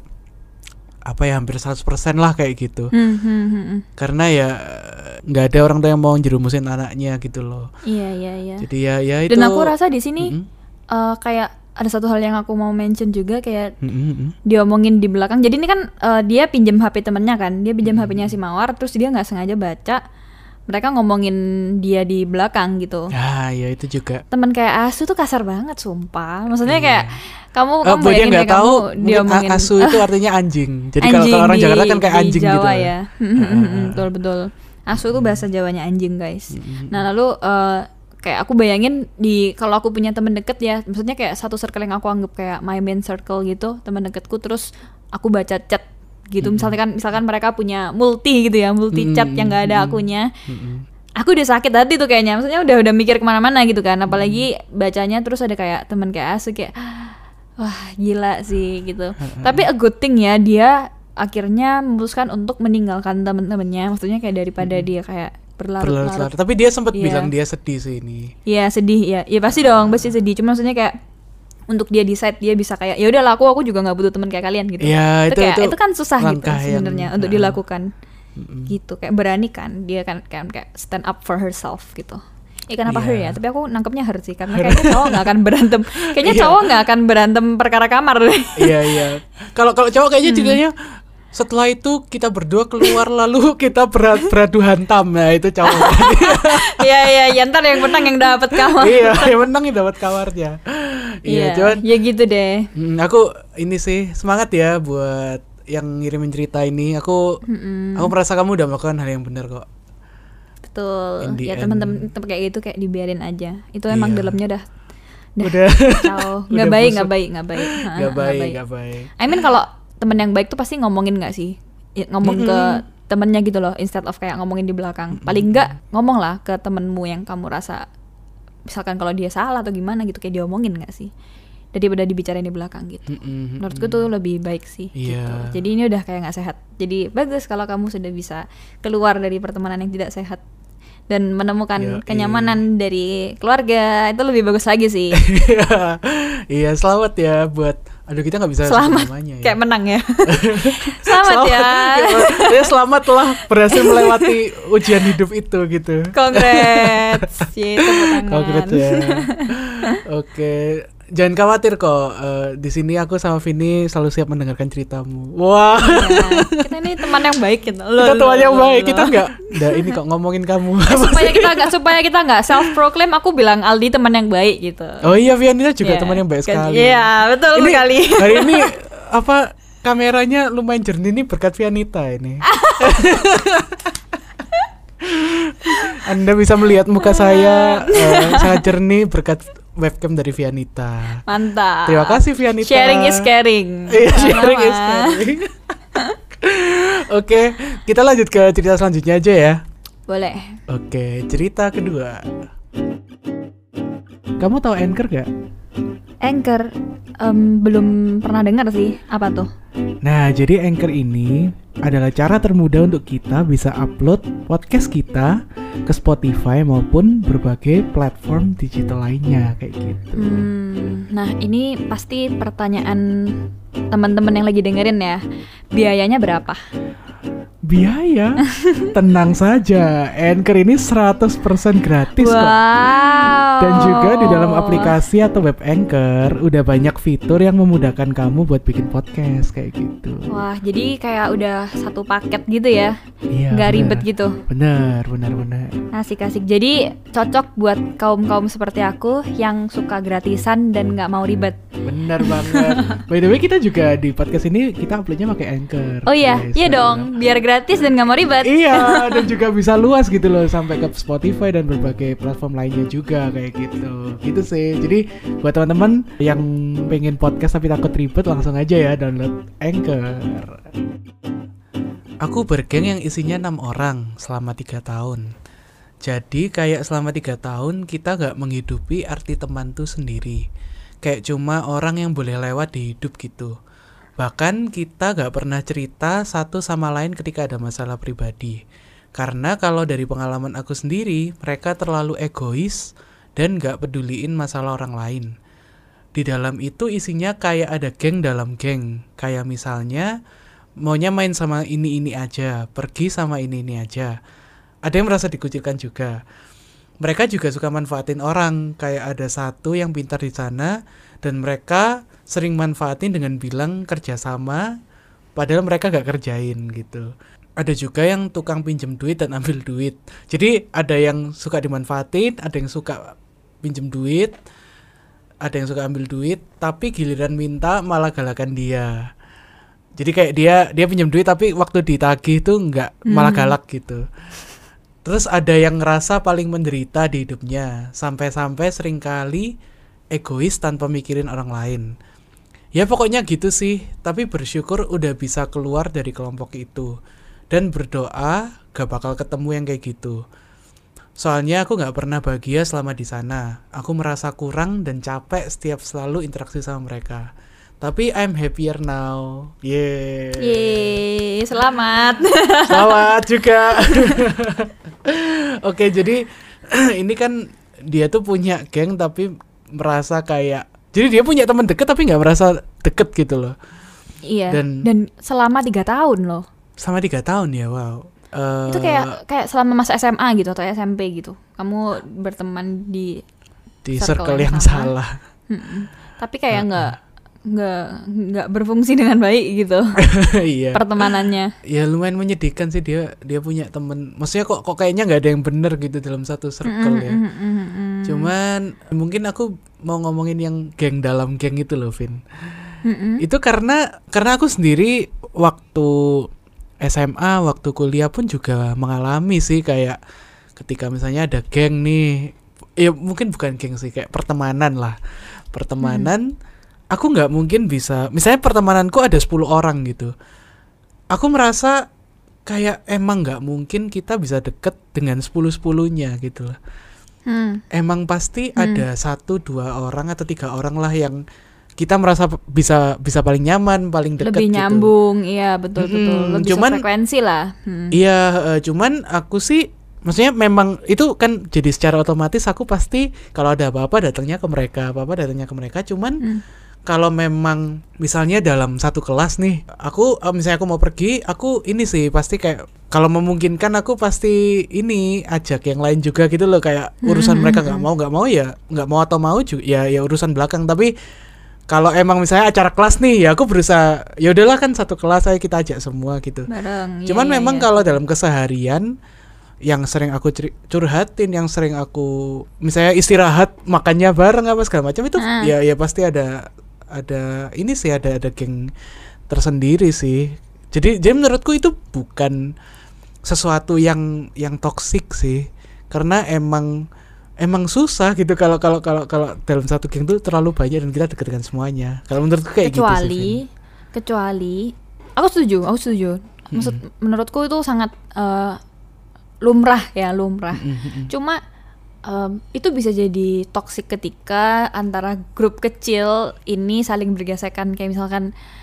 A: apa ya hampir seratus persen lah kayak gitu. Hmm, hmm, hmm. Karena ya nggak ada orang tua yang mau jerumusin anaknya gitu loh.
B: Iya iya iya.
A: Jadi ya ya itu.
B: Dan aku rasa di sini
A: mm-hmm.
B: uh, kayak ada satu hal yang aku mau mention juga kayak mm-hmm. diomongin di belakang. Jadi ini kan uh, dia pinjam H P temennya kan, dia pinjam mm-hmm. H P-nya si Mawar, terus dia nggak sengaja baca mereka ngomongin dia di belakang gitu.
A: Ah ya itu juga.
B: Temen kayak Asu tuh kasar banget sumpah. Maksudnya yeah. kayak kamu
A: oh,
B: kamu bayangin
A: nggak tahu
B: dia ngomongin
A: Asu itu artinya anjing. Jadi
B: anjing
A: kalau orang
B: di,
A: Jakarta kan kayak anjing
B: Jawa
A: gitu.
B: Ya. uh, betul betul. Asu tuh bahasa Jawanya anjing guys. Mm-hmm. Nah lalu uh, kayak aku bayangin di kalau aku punya temen deket ya, maksudnya kayak satu circle yang aku anggap kayak my main circle gitu, temen deketku, terus aku baca chat gitu. Mm-hmm. Misalkan misalkan mereka punya multi gitu ya, multi chat mm-hmm. yang nggak ada akunya. Mm-hmm. Aku udah sakit hati tuh kayaknya, maksudnya udah udah mikir kemana-mana gitu kan, apalagi bacanya terus ada kayak teman kayak Asu kayak wah gila sih gitu. Tapi a good thing ya dia akhirnya memutuskan untuk meninggalkan teman-temannya, maksudnya kayak daripada hmm. dia kayak berlarut-larut.
A: Tapi dia sempat yeah. bilang dia sedih sih ini.
B: Iya sedih ya, ya pasti dong pasti sedih. Cuma maksudnya kayak untuk dia decide dia bisa kayak ya udahlah aku aku juga nggak butuh teman kayak kalian gitu.
A: Ya,
B: itu,
A: itu,
B: kayak,
A: itu,
B: itu kan susah gitu sebenarnya untuk
A: uh,
B: dilakukan. Mm-hmm. Gitu kayak berani kan dia kan kayak, kayak stand up for herself gitu. Ya kenapa yeah. her ya? Tapi aku nangkepnya her sih karena kayaknya cowok nggak akan berantem. Kayaknya yeah. cowok nggak akan berantem perkara kamar deh.
A: Iya iya. Kalau kalau cowok kayaknya hmm. jadinya setelah itu kita berdua keluar lalu kita berat beradu hantam, nah itu cowok.
B: Iya iya. Ya ntar yang menang yang dapat kamar.
A: Iya yang menang yang dapat kamarnya.
B: Iya. Cuman ya gitu deh.
A: Hmm, aku ini sih semangat ya buat yang ngirimin cerita ini. Aku mm-hmm. aku merasa kamu udah melakukan hal yang benar kok.
B: Betul. Ya teman-teman kayak gitu kayak dibiarin aja. Itu emang yeah. dalamnya udah
A: udah
B: jauh. Nggak baik, nggak baik, nggak baik.
A: Nggak baik, nggak baik.
B: I mean kalau teman yang baik tuh pasti ngomongin nggak sih? Ngomong mm-hmm. ke temennya gitu loh, instead of kayak ngomongin di belakang. Mm-hmm. Paling nggak ngomong lah ke temenmu yang kamu rasa misalkan kalau dia salah atau gimana gitu, kayak diomongin nggak sih? Daripada dibicarain di belakang gitu. Mm-hmm. Menurutku tuh lebih baik sih yeah. gitu. Jadi ini udah kayak gak sehat. Jadi bagus kalau kamu sudah bisa keluar dari pertemanan yang tidak sehat dan menemukan yeah, kenyamanan yeah. dari keluarga. Itu lebih bagus lagi sih.
A: Iya, selamat ya buat aduh kita gak bisa
B: selamat namanya ya. Kayak menang ya. Selamat, selamat ya.
A: Ya selamat lah berhasil melewati ujian hidup itu gitu.
B: Congrats. Ya, tepuk tangan.
A: Congrats ya. Oke. Jangan khawatir kok, uh, di sini aku sama Vini selalu siap mendengarkan ceritamu. Wah,
B: ya, kita ini teman yang baik gitu.
A: Loh, kita teman yang loh, baik, loh. Kita nggak, nggak ini kok ngomongin kamu.
B: Ya, supaya kita nggak, supaya kita nggak self proclaim, aku bilang Aldi teman yang baik gitu.
A: Oh iya, Vianita juga yeah. teman yang baik sekali.
B: Iya, betul
A: ini,
B: sekali.
A: Hari ini apa kameranya lumayan jernih nih berkat Vianita ini. Anda bisa melihat muka saya uh, sangat jernih berkat webcam dari Vianita.
B: Mantap.
A: Terima kasih Vianita.
B: Sharing is caring.
A: Iya, sharing is caring. Oke, kita lanjut ke cerita selanjutnya aja ya.
B: Boleh.
A: Oke, cerita kedua. Kamu tahu Anchor gak?
B: Anchor um, belum pernah dengar sih. Apa tuh?
A: Nah, jadi Anchor ini adalah cara termudah untuk kita bisa upload podcast kita ke Spotify maupun berbagai platform digital lainnya kayak gitu.
B: Hmm, nah, ini pasti pertanyaan teman-teman yang lagi dengerin ya. Biayanya berapa?
A: Biaya? Tenang saja, Anchor ini seratus persen gratis
B: wow.
A: kok. Dan juga di dalam aplikasi atau web Anchor udah banyak fitur yang memudahkan kamu buat bikin podcast kayak gitu.
B: Wah, jadi kayak udah satu paket gitu ya?
A: Iya.
B: Nggak
A: bener.
B: ribet gitu?
A: Bener, bener, bener.
B: Asik-asik. Jadi cocok buat kaum-kaum seperti aku yang suka gratisan dan nggak mau ribet.
A: Bener banget. By the way, kita juga di podcast ini kita uploadnya pakai Anchor.
B: Oh iya,
A: guys.
B: iya dong. Biar gratis dan nggak mau ribet.
A: Iya, dan juga bisa luas gitu loh sampai ke Spotify dan berbagai platform lainnya juga kayak gitu. Gitu sih. Jadi buat teman-teman yang pengen podcast tapi takut ribet, langsung aja ya download Anchor. Aku bergeng yang isinya enam orang selama tiga tahun. Jadi kayak selama tiga tahun kita gak menghidupi arti teman tuh sendiri. Kayak cuma orang yang boleh lewat di hidup gitu. Bahkan kita gak pernah cerita satu sama lain ketika ada masalah pribadi. Karena kalau dari pengalaman aku sendiri, mereka terlalu egois dan gak peduliin masalah orang lain. Di dalam itu isinya kayak ada geng dalam geng. Kayak misalnya maunya main sama ini-ini aja, pergi sama ini-ini aja. Ada yang merasa dikucilkan juga. Mereka juga suka manfaatin orang. Kayak ada satu yang pintar di sana dan mereka sering manfaatin dengan bilang kerjasama, padahal mereka gak kerjain gitu. Ada juga yang tukang pinjem duit dan ambil duit. Jadi ada yang suka dimanfaatin, ada yang suka pinjem duit, ada yang suka ambil duit, tapi giliran minta malah galakan dia. Jadi kayak dia dia pinjem duit tapi waktu ditagih tuh nggak, malah galak gitu. Terus ada yang ngerasa paling menderita di hidupnya, sampai-sampai seringkali egois tanpa mikirin orang lain. Ya pokoknya gitu sih, tapi bersyukur udah bisa keluar dari kelompok itu. Dan berdoa gak bakal ketemu yang kayak gitu. Soalnya aku gak pernah bahagia selama di sana. Aku merasa kurang dan capek setiap selalu interaksi sama mereka. Tapi I'm happier now. Yeay.
B: Yeay, selamat.
A: Selamat juga. Oke, jadi ini kan dia tuh punya geng tapi merasa kayak, jadi dia punya teman deket tapi nggak merasa deket gitu loh.
B: Iya.
A: Dan,
B: dan selama tiga tahun loh.
A: Selama tiga tahun ya, wow. Uh,
B: itu kayak kayak selama masa S M A gitu atau S M P gitu. Kamu berteman di
A: di circle, circle yang, yang salah.
B: Hmm. Tapi kayak nggak uh, nggak nggak berfungsi dengan baik gitu.
A: Iya.
B: Pertemanannya.
A: Ya lumayan menyedihkan sih, dia dia punya temen. Maksudnya kok kok kayaknya nggak ada yang bener gitu dalam satu circle mm-hmm, ya. Mm-hmm. Cuman mungkin aku mau ngomongin yang geng dalam geng itu loh, Vin. Mm-hmm. Itu karena karena aku sendiri waktu S M A, waktu kuliah pun juga mengalami sih, kayak ketika misalnya ada geng nih, ya mungkin bukan geng sih, kayak pertemanan lah. Pertemanan, hmm. aku nggak mungkin bisa, misalnya pertemananku ada sepuluh orang gitu. Aku merasa kayak emang nggak mungkin kita bisa deket dengan sepuluh-sepuluhnya gitu lah. Hmm. Emang pasti hmm. ada satu, dua orang atau tiga orang lah yang kita merasa bisa bisa paling nyaman, paling dekat gitu. Lebih
B: nyambung, iya betul-betul.
A: Hmm,
B: lebih
A: cuman,
B: frekuensi lah. Hmm.
A: Iya, uh, cuman aku sih, maksudnya memang itu kan jadi secara otomatis aku pasti kalau ada apa-apa datangnya ke mereka, apa-apa datangnya ke mereka. Cuman hmm. kalau memang misalnya dalam satu kelas nih, aku uh, misalnya aku mau pergi, aku ini sih pasti kayak kalau memungkinkan aku pasti ini ajak yang lain juga gitu loh, kayak urusan hmm. mereka nggak mau nggak mau ya nggak mau atau mau juga ya ya urusan belakang. Tapi kalau emang misalnya acara kelas nih, ya aku berusaha, ya udahlah kan satu kelas aja kita ajak semua gitu.
B: Bareng,
A: cuman
B: iya,
A: memang
B: iya.
A: Kalau dalam keseharian yang sering aku curhatin, yang sering aku misalnya istirahat makannya bareng apa segala macam itu ah. ya ya pasti ada ada ini sih ada ada geng tersendiri sih. Jadi jadi menurutku itu bukan sesuatu yang yang toksik sih, karena emang emang susah gitu kalau kalau kalau kalau dalam satu geng tuh terlalu banyak dan kita dekat dengan semuanya. Kalau menurutku kayak
B: kecuali,
A: gitu sih.
B: Kecuali aku setuju, aku setuju. Maksud hmm. menurutku itu sangat uh, lumrah ya, lumrah. Hmm. Cuma um, itu bisa jadi toksik ketika antara grup kecil ini saling bergesekan, kayak misalkan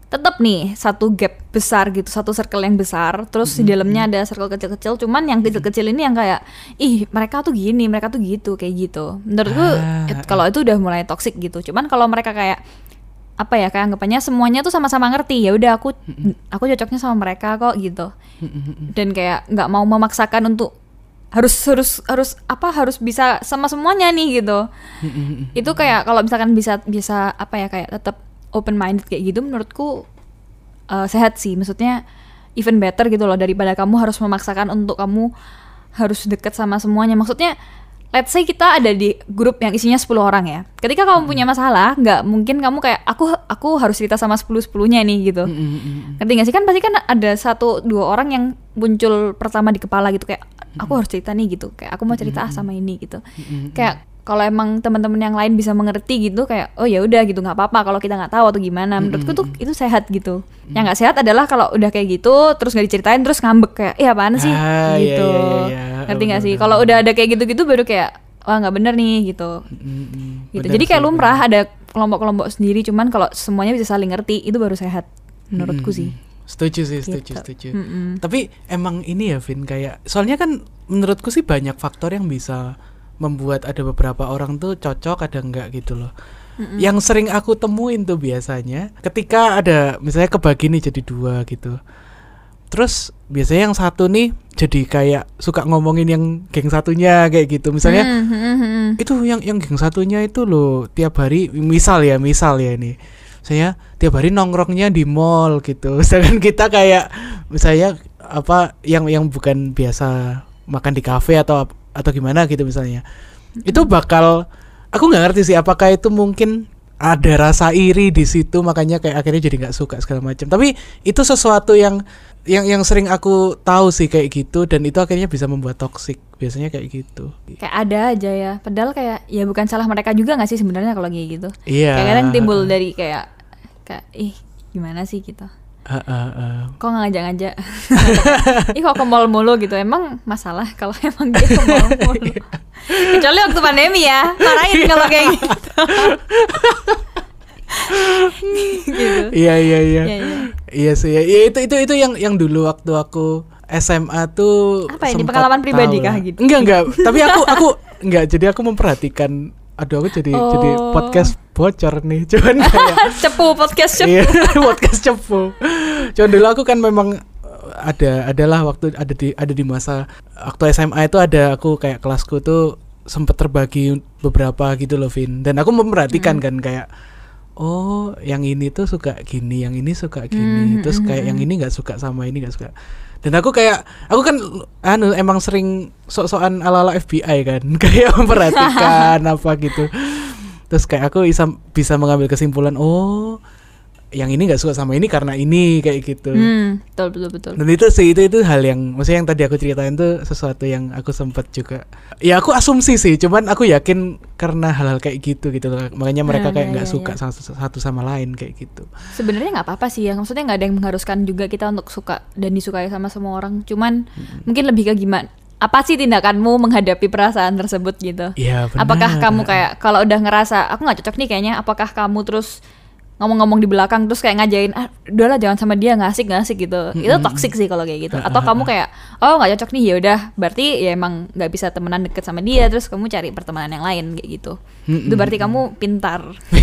B: tetap nih satu gap besar gitu, satu circle yang besar, terus mm-hmm. di dalamnya ada circle kecil-kecil, cuman yang kecil-kecil ini yang kayak ih mereka tuh gini, mereka tuh gitu, kayak gitu. Menurutku ah, it, kalau itu udah mulai toxic gitu. Cuman kalau mereka kayak apa ya, kayak anggapannya semuanya tuh sama-sama ngerti, ya udah aku mm-hmm. aku cocoknya sama mereka kok gitu. Mm-hmm. Dan kayak nggak mau memaksakan untuk harus harus harus apa harus bisa sama semuanya nih gitu. Mm-hmm. Itu kayak kalau misalkan bisa bisa apa ya, kayak tetap open minded kayak gitu, menurutku uh, sehat sih. Maksudnya even better gitu loh, daripada kamu harus memaksakan untuk kamu harus deket sama semuanya. Maksudnya let's say kita ada di grup yang isinya sepuluh orang ya. Ketika kamu mm-hmm. punya masalah, nggak mungkin kamu kayak aku aku harus cerita sama sepuluh-sepuluhnya nih gitu. Mm-hmm. Ngerti nggak sih? Kan pasti kan ada satu dua orang yang muncul pertama di kepala gitu, kayak aku harus cerita nih gitu. Kayak aku mau cerita mm-hmm. sama ini gitu. Mm-hmm. Kayak kalau emang teman-teman yang lain bisa mengerti gitu, kayak oh ya udah gitu, nggak apa-apa kalau kita nggak tahu atau gimana. Menurutku tuh itu sehat gitu. Mm. Yang nggak sehat adalah kalau udah kayak gitu terus nggak diceritain terus ngambek kayak eh apaan sih ah, gitu. Iya, iya, iya. Ngerti nggak sih? Kalau udah ada kayak gitu-gitu baru kayak wah nggak bener nih gitu. Mm-hmm. Gitu. Jadi kayak lumrah ada kelompok-kelompok sendiri, cuman kalau semuanya bisa saling ngerti itu baru sehat menurutku mm-hmm. sih.
A: Setuju sih, setuju, gitu. setuju. Mm-hmm. Tapi emang ini ya Vin, kayak soalnya kan menurutku sih banyak faktor yang bisa membuat ada beberapa orang tuh cocok, ada enggak gitu loh. Mm-mm. Yang sering aku temuin tuh biasanya ketika ada misalnya kebagi nih jadi dua gitu. Terus biasanya yang satu nih jadi kayak suka ngomongin yang geng satunya kayak gitu. Misalnya mm-hmm. itu yang yang geng satunya itu loh tiap hari, misal ya, misal ya ini. Saya tiap hari nongkrongnya di mall gitu. Sedangkan kita kayak misalnya apa yang yang bukan biasa makan di kafe atau atau gimana gitu misalnya. Mm-hmm. Itu bakal, aku nggak ngerti sih apakah itu mungkin ada rasa iri di situ, makanya kayak akhirnya jadi nggak suka segala macam. Tapi itu sesuatu yang yang yang sering aku tahu sih kayak gitu, dan itu akhirnya bisa membuat toksik biasanya kayak gitu.
B: Kayak ada aja ya, padahal kayak ya bukan salah mereka juga nggak sih sebenarnya kalau kayak gitu.
A: Iya.
B: Kayak kadang timbul dari kayak kayak ih gimana sih kita.
A: Uh, uh, uh.
B: Kok nggak ngajak-ngajak? Ih kok ke mall mulu gitu. Emang masalah kalau emang dia ke mall mulu. Kecuali waktu pandemi ya, marahin kalau kayak gitu. Gitu.
A: Iya iya iya. Iya, iya. Iya sih ya. Ya, itu itu itu yang yang dulu waktu aku S M A tuh.
B: Apa ini pengalaman pribadi kah gitu?
A: Enggak enggak. Tapi aku aku enggak. Jadi aku memperhatikan. Aduh aku jadi oh. jadi podcast bocor nih, cuman kayak
B: cepu podcast cepu.
A: Iya, podcast cepu. Cuman dulu aku kan memang ada adalah waktu ada di ada di masa waktu S M A itu ada aku kayak kelasku tuh sempat terbagi beberapa gitu loh Vin, dan aku memperhatikan hmm. kan kayak oh yang ini tuh suka gini, yang ini suka gini, hmm, terus kayak hmm. yang ini nggak suka sama ini nggak suka. Dan aku kayak aku kan anu emang sering sok-sokan ala-ala F B I kan kayak memperhatikan apa gitu. Terus kayak aku bisa bisa mengambil kesimpulan oh yang ini nggak suka sama ini karena ini kayak gitu.
B: Hmm, betul betul betul.
A: Dan itu sih itu itu hal yang maksudnya yang tadi aku ceritain tuh sesuatu yang aku sempat juga. Ya aku asumsi sih, cuman aku yakin karena hal-hal kayak gitu gitu loh. Makanya mereka nah, kayak nggak ya, suka ya. Satu, satu sama lain kayak gitu.
B: Sebenarnya nggak apa-apa sih ya. Maksudnya nggak ada yang mengharuskan juga kita untuk suka dan disukai sama semua orang. Cuman hmm. mungkin lebih ke gimana? Apa sih tindakanmu menghadapi perasaan tersebut gitu?
A: Iya benar.
B: Apakah kamu kayak kalau udah ngerasa aku nggak cocok nih kayaknya, apakah kamu terus ngomong-ngomong di belakang terus kayak ngajain ah udahlah jangan sama dia, nggak asik nggak asik gitu. Mm-hmm. Itu toksik sih kalau kayak gitu. Atau kamu kayak oh nggak cocok nih, ya udah berarti ya emang nggak bisa temenan deket sama dia, terus kamu cari pertemanan yang lain kayak gitu. Mm-hmm. Itu berarti kamu pintar.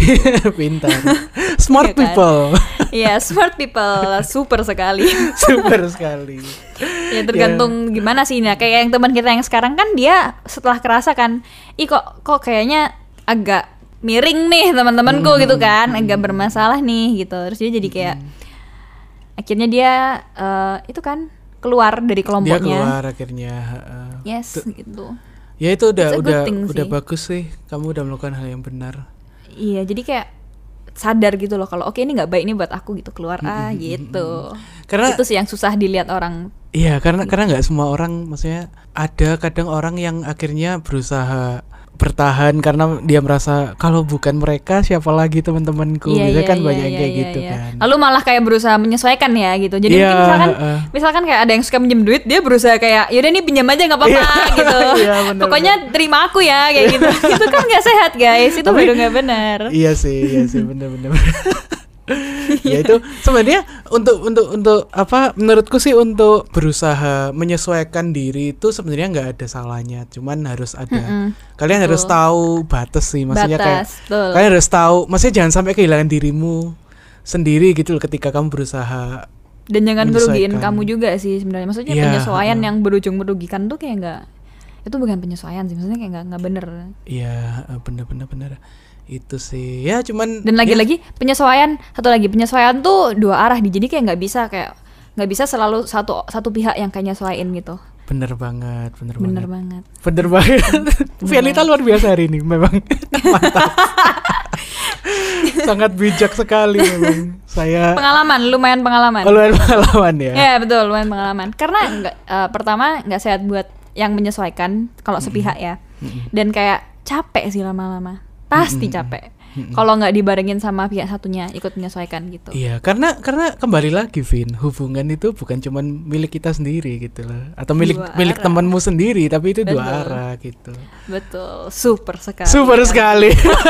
A: Pintar. Smart ya people.
B: Iya smart people, super sekali.
A: Super sekali.
B: Ya tergantung yeah. gimana sih, nah kayak yang teman kita yang sekarang kan dia setelah kerasa kan, ih kok kok kayaknya agak miring nih teman-temanku hmm, gitu kan, hmm, agak bermasalah nih gitu. Terus dia jadi kayak hmm. akhirnya dia uh, itu kan keluar dari kelompoknya.
A: Dia keluar akhirnya. Uh,
B: yes
A: tu-
B: gitu.
A: Ya itu udah udah udah sih. Bagus sih. Kamu udah melakukan hal yang benar.
B: Iya jadi kayak sadar gitu loh kalau oke okay, ini nggak baik nih buat aku gitu, keluar hmm, ah hmm, gitu. Hmm. Karena itu sih yang susah dilihat orang.
A: Iya karena gitu. Karena nggak semua orang, maksudnya ada kadang orang yang akhirnya berusaha bertahan karena dia merasa kalau bukan mereka siapa lagi teman-temanku. Iya, Biasanya iya, kan iya, banyak iya, kayak iya, gitu iya. kan.
B: Lalu malah kayak berusaha menyesuaikan ya gitu. Jadi iya, mungkin misalkan uh, misalkan kayak ada yang suka minjem duit, dia berusaha kayak yaudah nih pinjam aja nggak apa-apa iya, gitu. Iya, bener, pokoknya bener. Terima aku ya kayak gitu. Itu kan nggak sehat guys. Itu baru nggak benar.
A: Iya sih, iya sih benar-benar. Ya itu sebenarnya untuk untuk untuk apa menurutku sih untuk berusaha menyesuaikan diri itu sebenarnya nggak ada salahnya, cuman harus ada
B: Mm-mm.
A: kalian
B: Betul.
A: harus tahu batas sih, maksudnya kayak
B: Batas, betul.
A: kalian harus tahu, maksudnya jangan sampai kehilangan dirimu sendiri gitu loh ketika kamu berusaha.
B: Dan jangan merugiin
A: menyesuaikan.
B: kamu juga sih sebenarnya. Maksudnya
A: Iya,
B: penyesuaian
A: heeh.
B: yang berujung merugikan tuh kayak nggak, itu bukan penyesuaian sih, maksudnya kayak nggak nggak bener.
A: Iya, eh, bener-bener bener itu sih ya, cuman
B: Dan
A: ya,
B: lagi-lagi penyesuaian, satu lagi penyesuaian tuh dua arah di, jadi kayak nggak bisa kayak nggak bisa selalu satu satu pihak yang kayak nyesuaiin gitu.
A: bener banget bener,
B: Bener
A: banget
B: banget.
A: bener banget. Violeta luar biasa hari ini memang. Mantap. Sangat bijak sekali memang. Saya
B: Pengalaman, lumayan pengalaman.
A: oh, luar pengalaman ya.
B: Ya betul, lumayan pengalaman. Karena nggak, eh, pertama nggak sehat buat yang menyesuaikan kalau sepihak ya. Dan kayak capek sih lama-lama. Pasti capek. Kalau nggak dibarengin sama pihak satunya ikut menyesuaikan gitu.
A: Iya, karena karena kembali lagi Vin, hubungan itu bukan cuma milik kita sendiri gitu loh, atau milik
B: Dua
A: milik
B: arah.
A: temanmu sendiri, tapi itu dua
B: Betul.
A: arah gitu.
B: Betul, super sekali.
A: Super
B: kan?
A: sekali.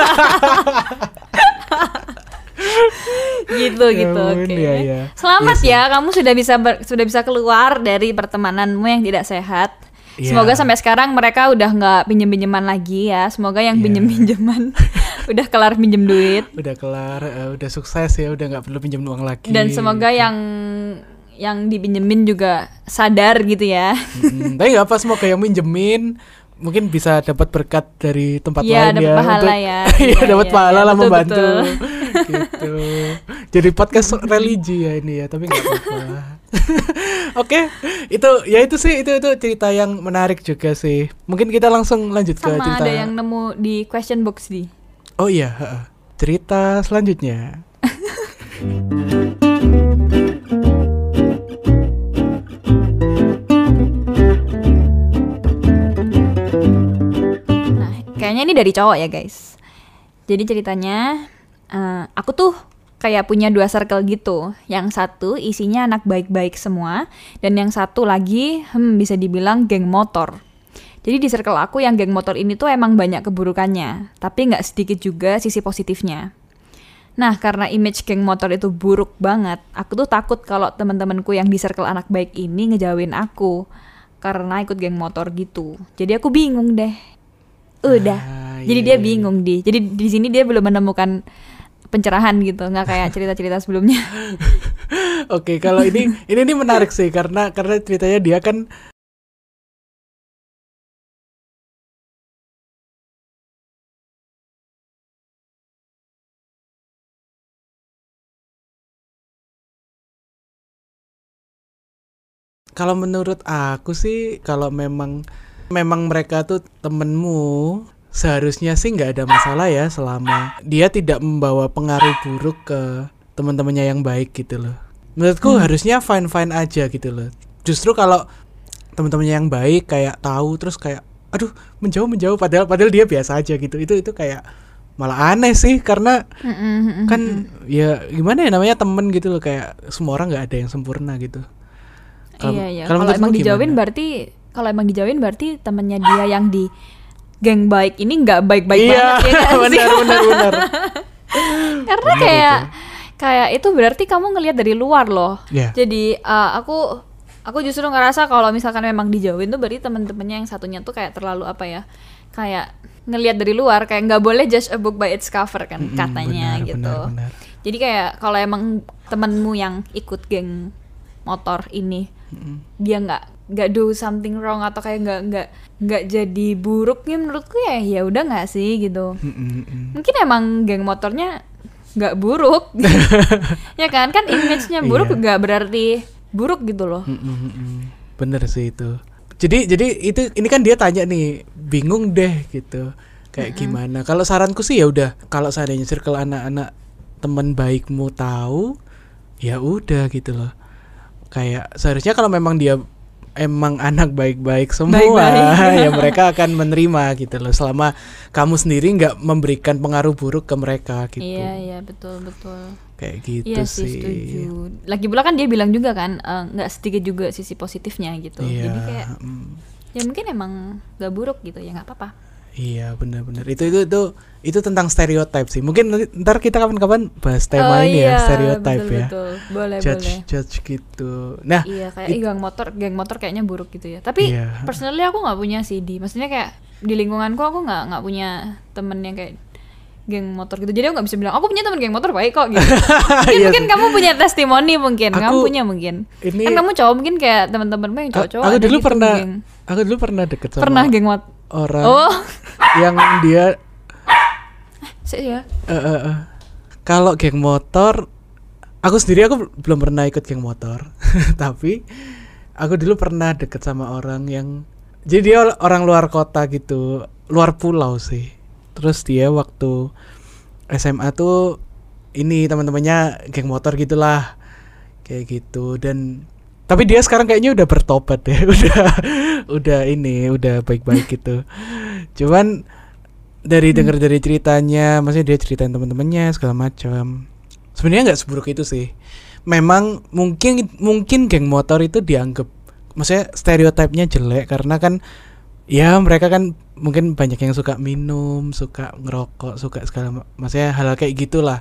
B: Gitu
A: Ya
B: gitu.
A: ampun,
B: Oke.
A: iya, iya.
B: Selamat
A: Iya sih.
B: ya, kamu sudah bisa ber- sudah bisa keluar dari pertemananmu yang tidak sehat.
A: Iya.
B: Semoga sampai sekarang mereka udah nggak pinjem-pinjeman lagi ya. Semoga yang
A: Iya.
B: pinjem-pinjeman udah kelar pinjem duit.
A: Udah kelar, eh, udah sukses ya, udah nggak perlu pinjam uang lagi.
B: Dan semoga yang yang dipinjemin juga sadar gitu ya.
A: Mm, tapi nggak apa, semoga yang minjemin mungkin bisa dapat berkat dari tempat
B: Iya,
A: lain
B: dapat
A: ya.
B: pahala
A: untuk-
B: ya.
A: Iya,
B: Iya,
A: dapat
B: iya,
A: pahala
B: iya,
A: lah,
B: betul,
A: membantu.
B: betul.
A: Gitu. Jadi podcast religi ya ini ya, tapi nggak apa-apa. Oke, itu ya itu sih itu itu cerita yang menarik juga sih. Mungkin kita langsung lanjut ke
B: Sama
A: cerita.
B: ada yang nemu di question box di.
A: Oh iya, heeh. Cerita selanjutnya.
B: Nah, kayaknya ini dari cowok ya guys. Jadi ceritanya, eh, aku tuh kayak punya dua circle gitu. Yang satu isinya anak baik-baik semua, dan yang satu lagi, hmm, bisa dibilang geng motor. Jadi di circle aku yang geng motor ini tuh emang banyak keburukannya, tapi nggak sedikit juga sisi positifnya. Nah, karena image geng motor itu buruk banget, aku tuh takut kalau teman-temanku yang di circle anak baik ini ngejauhin aku karena ikut geng motor gitu. Jadi aku bingung deh. Udah.
A: Ah,
B: Jadi
A: iya,
B: dia
A: iya,
B: bingung di. Jadi di sini dia belum menemukan pencerahan gitu, nggak kayak cerita-cerita sebelumnya.
A: Oke, kalau ini ini ini menarik sih karena karena ceritanya dia kan kalau menurut aku sih kalau memang memang mereka tuh temenmu, seharusnya sih nggak ada masalah ya selama dia tidak membawa pengaruh buruk ke teman-temannya yang baik gitu loh. Menurutku harusnya fine-fine aja gitu loh. Justru kalau teman-temannya yang baik kayak tahu terus kayak aduh menjauh menjauh padahal padahal dia biasa aja gitu. Itu itu kayak malah aneh sih karena kan ya gimana ya namanya temen gitu loh, kayak semua orang nggak ada yang sempurna gitu. Kalau-
B: Iya iya.
A: kalau
B: Kalau
A: menurutmu
B: emang dijauhin
A: gimana?
B: berarti kalau emang dijauhin berarti temennya dia yang di geng baik ini nggak baik-baik
A: Iya,
B: banget ya nggak sih?
A: benar benar benar.
B: Karena
A: Benar
B: kayak kayak itu berarti kamu ngelihat dari luar loh.
A: Iya.
B: Jadi uh, aku aku justru ngerasa kalau misalkan memang dijauhin tuh berarti temen-temennya yang satunya tuh kayak terlalu apa ya? Kayak ngelihat dari luar, kayak nggak boleh judge a book by its cover kan
A: Mm-mm,
B: katanya
A: benar,
B: gitu.
A: benar, benar.
B: Jadi kayak kalau emang temenmu yang ikut geng motor ini dia nggak nggak do something wrong atau kayak nggak nggak nggak jadi buruk ya, menurutku ya ya udah nggak sih gitu.
A: Mm-mm-mm.
B: Mungkin emang geng motornya nggak buruk ya kan kan image-nya buruk
A: Iya.
B: nggak berarti buruk gitu loh.
A: Mm-mm-mm. Bener sih itu. Jadi jadi itu ini kan dia tanya nih, bingung deh gitu. Kayak gimana? Kalau saranku sih ya udah, kalau seandainya circle anak-anak teman baikmu tahu, ya udah gitu loh. Kayak seharusnya kalau memang dia emang anak baik-baik semua,
B: Baik-baik.
A: ya mereka akan menerima gitu loh. Selama kamu sendiri nggak memberikan pengaruh buruk ke mereka gitu.
B: Iya iya betul betul.
A: Kayak gitu
B: Iya sih
A: sih.
B: setuju. Lagi pula kan dia bilang juga kan eh, nggak sedikit juga sisi positifnya gitu.
A: Iya.
B: Jadi kayak
A: mm.
B: ya mungkin emang nggak buruk gitu ya nggak apa-apa.
A: Iya benar-benar itu itu itu itu tentang stereotype sih. Mungkin nanti, ntar kita kapan-kapan bahas tema
B: oh,
A: ini
B: iya,
A: ya stereotype
B: betul,
A: ya.
B: Betul. Boleh
A: judge,
B: boleh.
A: Judge gitu. Nah
B: iya kayak
A: it,
B: geng motor geng motor kayaknya buruk gitu ya. Tapi
A: iya.
B: personally aku nggak punya sih di. Maksudnya kayak di lingkunganku aku nggak nggak punya temen yang kayak geng motor gitu. Jadi aku nggak bisa bilang aku punya teman geng motor baik kok gitu. Mungkin
A: Iya
B: mungkin
A: sih.
B: kamu punya testimoni mungkin.
A: Aku,
B: kamu punya mungkin.
A: Ini,
B: kan kamu cowok mungkin kayak teman-temanmu yang cowok-cowok.
A: Aku dulu
B: gitu,
A: pernah
B: geng.
A: aku dulu pernah deket sama
B: Pernah geng motor.
A: orang
B: Oh.
A: yang dia
B: Sih ya.
A: Uh, uh, uh. Kalau geng motor, aku sendiri aku belum pernah ikut geng motor, tapi aku dulu pernah deket sama orang yang, jadi dia orang luar kota gitu, luar pulau sih. Terus dia waktu S M A tuh ini teman-temannya geng motor gitulah, kayak gitu. Dan tapi dia sekarang kayaknya udah bertobat ya, udah udah ini udah baik-baik gitu. Cuman dari dengar dari ceritanya, maksudnya dia ceritain teman-temannya segala macam. Sebenarnya nggak seburuk itu sih. Memang mungkin mungkin geng motor itu dianggap, maksudnya stereotipnya jelek karena kan ya mereka kan mungkin banyak yang suka minum, suka ngerokok, suka segala, maksudnya hal kayak gitulah.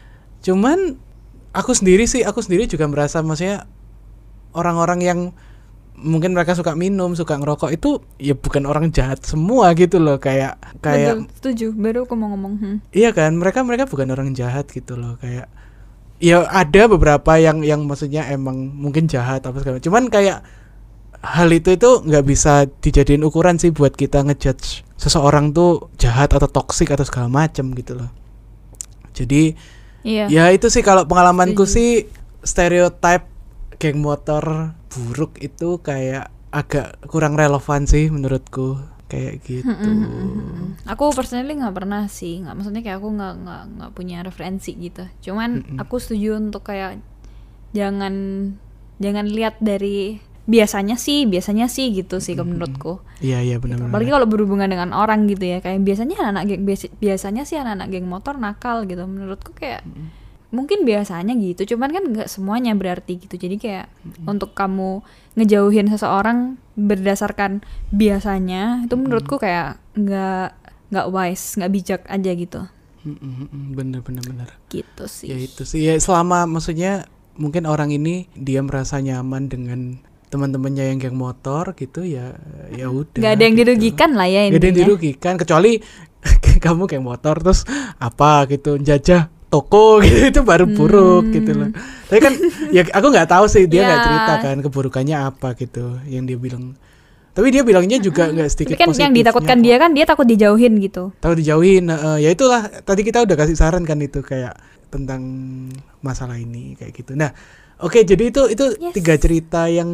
A: Cuman aku sendiri sih, aku sendiri juga merasa maksudnya orang-orang yang mungkin mereka suka minum, suka ngerokok itu ya bukan orang jahat semua gitu loh, kayak kayak
B: Betul, setuju. Baru aku mau ngomong. Hmm.
A: Iya kan, mereka mereka bukan orang jahat gitu loh, kayak ya ada beberapa yang yang maksudnya emang mungkin jahat apa segala. Cuman kayak hal itu itu nggak bisa dijadiin ukuran sih buat kita ngejudge seseorang tuh jahat atau toksik atau segala macam gitu loh. Jadi
B: Iya.
A: ya itu sih kalau pengalamanku
B: Setuju.
A: sih stereotype geng motor buruk itu kayak agak kurang relevan sih menurutku, kayak gitu.
B: Aku personally nggak pernah sih, nggak, maksudnya kayak aku nggak nggak nggak punya referensi gitu. Cuman
A: Mm-mm.
B: aku setuju untuk kayak jangan jangan lihat dari biasanya sih biasanya sih gitu sih kalau menurutku.
A: Iya iya
B: Gitu.
A: benar-benar.
B: Apalagi kalau berhubungan dengan orang gitu ya, kayak biasanya anak geng biasa- biasanya sih anak-anak geng motor nakal gitu. Menurutku kayak mungkin biasanya gitu, cuman kan nggak semuanya berarti gitu. Jadi kayak untuk kamu ngejauhin seseorang berdasarkan biasanya itu menurutku kayak nggak nggak wise, nggak bijak aja gitu.
A: Bener-bener bener.
B: Gitu sih.
A: Ya itu sih ya, selama maksudnya mungkin orang ini dia merasa nyaman dengan teman-temannya yang geng motor gitu ya, ya udah.
B: Nggak ada yang
A: gitu.
B: dirugikan lah ya
A: Nggak ada yang
B: intinya.
A: dirugikan kecuali kamu geng motor terus apa gitu jajah toko gitu, itu baru buruk
B: Hmm.
A: gitu loh. Tapi kan ya aku nggak tahu sih dia nggak
B: Ya.
A: cerita kan keburukannya apa gitu yang dia bilang. Tapi dia bilangnya juga nggak sedikit
B: Tapi kan yang
A: positifnya
B: ditakutkan
A: kok.
B: dia kan dia takut dijauhin gitu.
A: Tahu dijauhin, uh, ya itulah tadi kita udah kasih saran kan itu kayak tentang masalah ini kayak gitu. Nah, oke jadi itu itu
B: Yes.
A: tiga cerita yang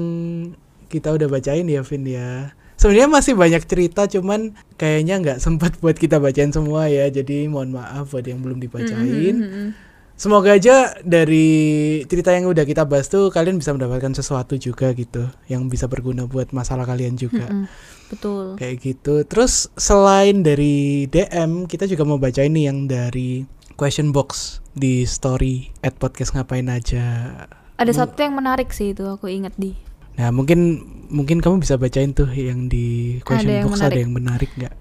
A: kita udah bacain ya, Vin ya. Sebenarnya masih banyak cerita, cuman kayaknya nggak sempat buat kita bacain semua ya. Jadi mohon maaf buat yang belum dibacain.
B: Mm-hmm.
A: Semoga aja dari cerita yang udah kita bahas tuh kalian bisa mendapatkan sesuatu juga gitu, yang bisa berguna buat masalah kalian juga.
B: Mm-mm. Betul.
A: Kayak gitu. Terus selain dari D M, kita juga mau baca ini yang dari question box di story at podcast ngapain aja.
B: Ada satu yang menarik sih itu aku ingat di.
A: Nah mungkin mungkin kamu bisa bacain tuh yang di question
B: Ada yang
A: box,
B: menarik.
A: ada yang menarik nggak?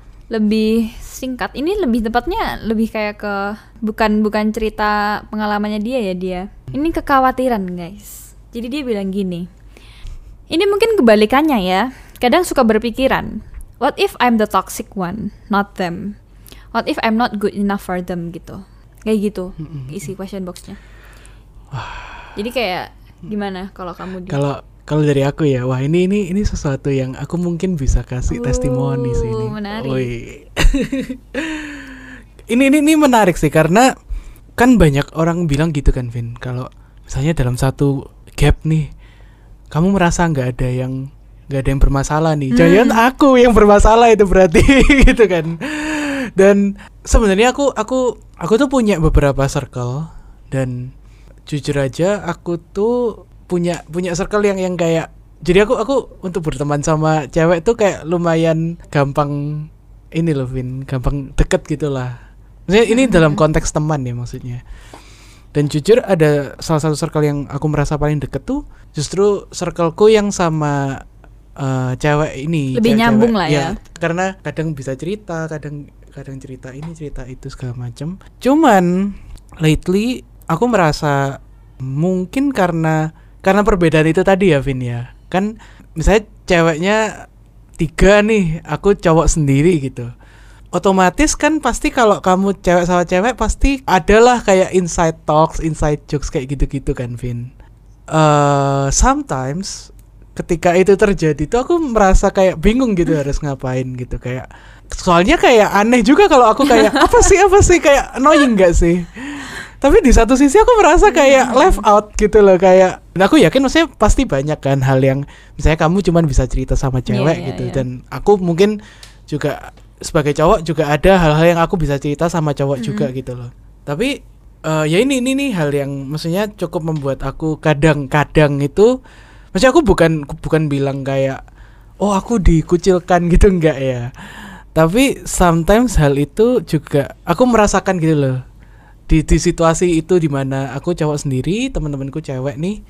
B: Lebih singkat. Ini lebih tepatnya lebih kayak ke bukan bukan cerita pengalamannya dia ya dia. Ini kekhawatiran guys. Jadi dia bilang gini. Ini mungkin kebalikannya ya. Kadang suka berpikiran, what if I'm the toxic one, not them? What if I'm not good enough for them gitu. Kayak gitu isi question boxnya. Jadi kayak gimana kalau kamu di
A: Kalau kalau dari aku ya, wah ini ini ini sesuatu yang aku mungkin bisa kasih
B: Uh,
A: testimoni sih ini.
B: menarik.
A: Woi. ini ini ini menarik sih karena kan banyak orang bilang gitu kan, Vin. Kalau misalnya dalam satu gap nih, kamu merasa nggak ada yang nggak ada yang bermasalah nih. Jangan aku yang bermasalah itu berarti gitu kan. Dan sebenarnya aku aku aku tuh punya beberapa circle dan jujur aja aku tuh punya punya circle yang yang kayak, jadi aku aku untuk berteman sama cewek tuh kayak lumayan gampang ini loh, Vin, gampang deket gitulah. Maksudnya ini dalam konteks teman ya maksudnya. Dan jujur ada salah satu circle yang aku merasa paling deket tuh justru circleku yang sama uh, cewek ini
B: lebih
A: cewek,
B: nyambung lah ya.
A: ya karena kadang bisa cerita, kadang kadang cerita ini cerita itu segala macam. Cuman lately aku merasa mungkin karena karena perbedaan itu tadi ya Vin ya, kan misalnya ceweknya tiga nih, aku cowok sendiri gitu, otomatis kan pasti kalau kamu cewek sama cewek pasti adalah kayak inside talks, inside jokes kayak gitu-gitu kan Vin. Uh, sometimes ketika itu terjadi tuh aku merasa kayak bingung gitu harus ngapain gitu, kayak soalnya kayak aneh juga kalau aku kayak apa sih apa sih kayak annoying gak sih, tapi di satu sisi aku merasa kayak left out gitu loh, kayak dan aku yakin maksudnya pasti banyak kan hal yang misalnya kamu cuman bisa cerita sama cewek yeah, yeah, gitu yeah. Dan aku mungkin juga sebagai cowok juga ada hal-hal yang aku bisa cerita sama cowok mm-hmm. juga gitu loh. Tapi uh, ya ini ini nih hal yang maksudnya cukup membuat aku kadang-kadang itu, maksudnya aku bukan bukan bilang kayak oh aku dikucilkan gitu, enggak ya. Tapi sometimes hal itu juga aku merasakan gitu loh. Di di situasi itu dimana aku cowok sendiri, teman-temanku cewek nih.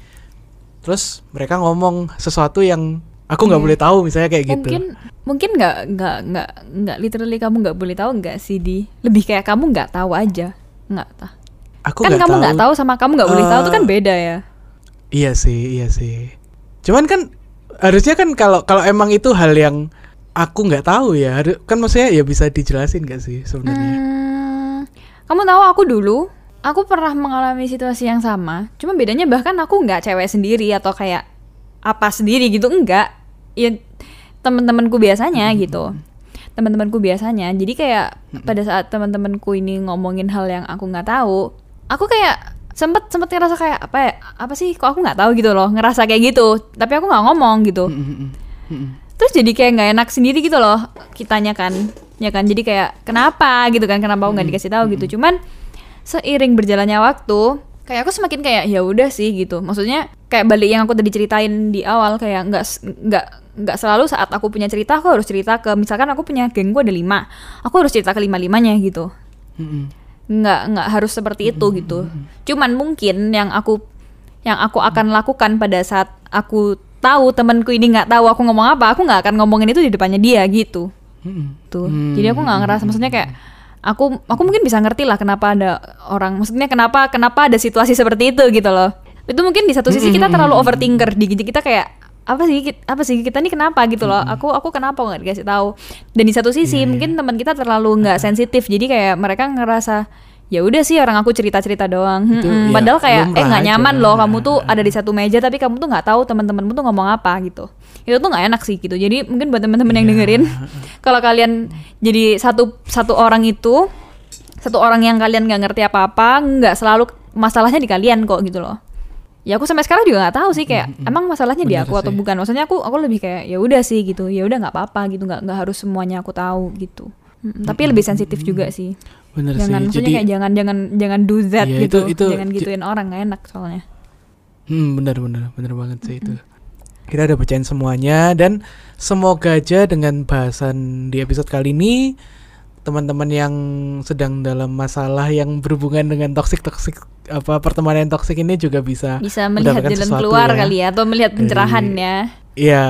A: Terus mereka ngomong sesuatu yang aku nggak yeah. boleh tahu misalnya kayak gitu.
B: Mungkin mungkin nggak nggak nggak nggak literally kamu nggak boleh tahu nggak sih di lebih kayak kamu nggak tahu aja nggak tah.
A: Aku
B: kan kamu nggak tahu sama kamu nggak uh, boleh tahu itu kan beda ya.
A: Iya sih iya sih. Cuman kan harusnya kan kalau kalau emang itu hal yang aku nggak tahu ya, kan maksudnya ya bisa dijelasin nggak sih sebenarnya?
B: Hmm, kamu tahu aku dulu aku pernah mengalami situasi yang sama. Cuma bedanya bahkan aku nggak cewek sendiri atau kayak apa sendiri gitu, enggak. Ya teman-temanku biasanya hmm. gitu. Teman-temanku biasanya. Jadi kayak hmm. pada saat teman-temanku ini ngomongin hal yang aku nggak tahu, aku kayak sempet sempet ngerasa kayak apa ya, apa sih kok aku nggak tahu gitu loh, ngerasa kayak gitu. Tapi aku nggak ngomong gitu. Hmm. Hmm. Terus jadi kayak nggak enak sendiri gitu loh kitanya kan, ya kan. Jadi kayak kenapa gitu kan, kenapa aku nggak dikasih tahu gitu. Cuman seiring berjalannya waktu, kayak aku semakin kayak ya udah sih gitu. Maksudnya kayak balik yang aku tadi ceritain di awal, kayak nggak nggak nggak selalu saat aku punya cerita aku harus cerita ke, misalkan aku punya geng gue ada lima, aku harus cerita ke lima limanya gitu. Mm-hmm. nggak nggak harus seperti itu mm-hmm. gitu. Cuman mungkin yang aku yang aku akan lakukan pada saat aku tahu temanku ini nggak tahu aku ngomong apa, aku nggak akan ngomongin itu di depannya dia gitu. Mm-hmm. Tuh. Mm-hmm. Jadi aku nggak ngerasa, maksudnya kayak aku aku mungkin bisa ngerti lah kenapa ada orang, maksudnya kenapa kenapa ada situasi seperti itu gitu loh. Itu mungkin di satu sisi kita terlalu overthinker, di kita kayak apa sih apa sih kita nih kenapa gitu loh. Aku aku kenapa nggak dikasih tahu. Dan di satu sisi yeah, mungkin yeah. teman kita terlalu nggak sensitif, jadi kayak mereka ngerasa ya udah sih orang aku cerita-cerita doang. Itu, hmm, ya, padahal kayak eh nggak nyaman aja. Loh kamu tuh ada di satu meja tapi kamu tuh nggak tahu teman-temanmu tuh ngomong apa gitu. Itu tuh nggak enak sih gitu. Jadi mungkin buat teman-teman yeah. yang dengerin, kalau kalian jadi satu satu orang itu satu orang yang kalian nggak ngerti apa-apa, nggak selalu masalahnya di kalian kok gitu loh. Ya aku sampai sekarang juga nggak tahu sih kayak mm-hmm. emang masalahnya bener di aku sih. Atau bukan. Maksudnya aku aku lebih kayak ya udah sih gitu, ya udah nggak apa-apa gitu, nggak nggak harus semuanya aku tahu gitu. Mm-hmm. Tapi lebih sensitif juga sih.
C: Bener
B: jangan,
C: sih.
B: Maksudnya
C: Jadi
B: kayak jangan jangan jangan do that
C: ya,
B: gitu,
C: itu, itu,
B: jangan gituin j- orang, nggak enak soalnya.
C: Hmm benar benar benar banget sih mm-hmm. itu. Kita udah bacain semuanya dan semoga aja dengan bahasan di episode kali ini teman-teman yang sedang dalam masalah yang berhubungan dengan toksik-toksik apa pertemanan toksik ini juga bisa
B: bisa melihat jalan keluar ya. Kali ya, atau melihat pencerahannya.
C: Iya,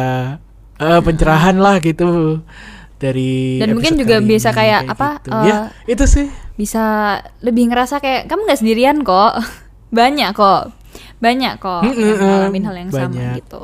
C: uh, pencerahan lah gitu dari.
B: Dan mungkin juga bisa kayak, kayak apa?
C: Gitu. Uh, ya, itu sih.
B: Bisa lebih ngerasa kayak kamu nggak sendirian kok, banyak kok, banyak kok yang ngalamin hal yang banyak. Sama gitu.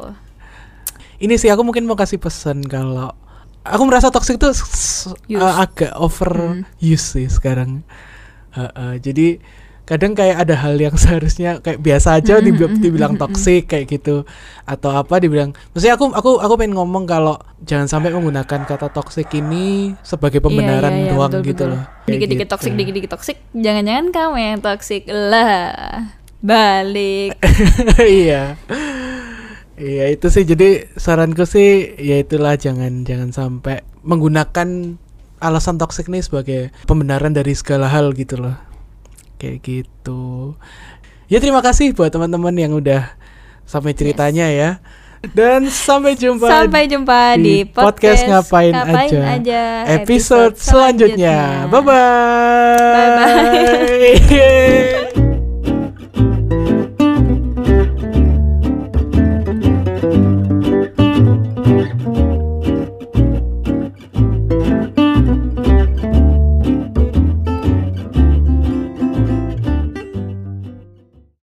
C: Ini sih aku mungkin mau kasih pesan kalau aku merasa toxic tuh uh, agak over hmm. use sih sekarang. Uh, uh, jadi kadang kayak ada hal yang seharusnya kayak biasa aja dibilang, dibilang toxic kayak gitu atau apa dibilang. Maksudnya aku aku aku pengen ngomong kalau jangan sampai menggunakan kata toxic ini sebagai pembenaran iya, iya, iya, doang betul, gitu betul. Loh.
B: Dikit-dikit gitu. Toxic, dikit-dikit toxic. Jangan-jangan kamu yang toxic lah. Balik.
C: Iya. Iya itu sih, jadi saranku sih ya itulah jangan jangan sampai menggunakan alasan toksik nih sebagai pembenaran dari segala hal gitu loh. Kayak gitu. Ya terima kasih buat teman-teman yang udah sampai ceritanya yes. ya. Dan sampai jumpa
B: Sampai jumpa di, di podcast, podcast
C: ngapain, ngapain aja, aja episode, episode selanjutnya. selanjutnya. Bye bye.
B: Bye bye.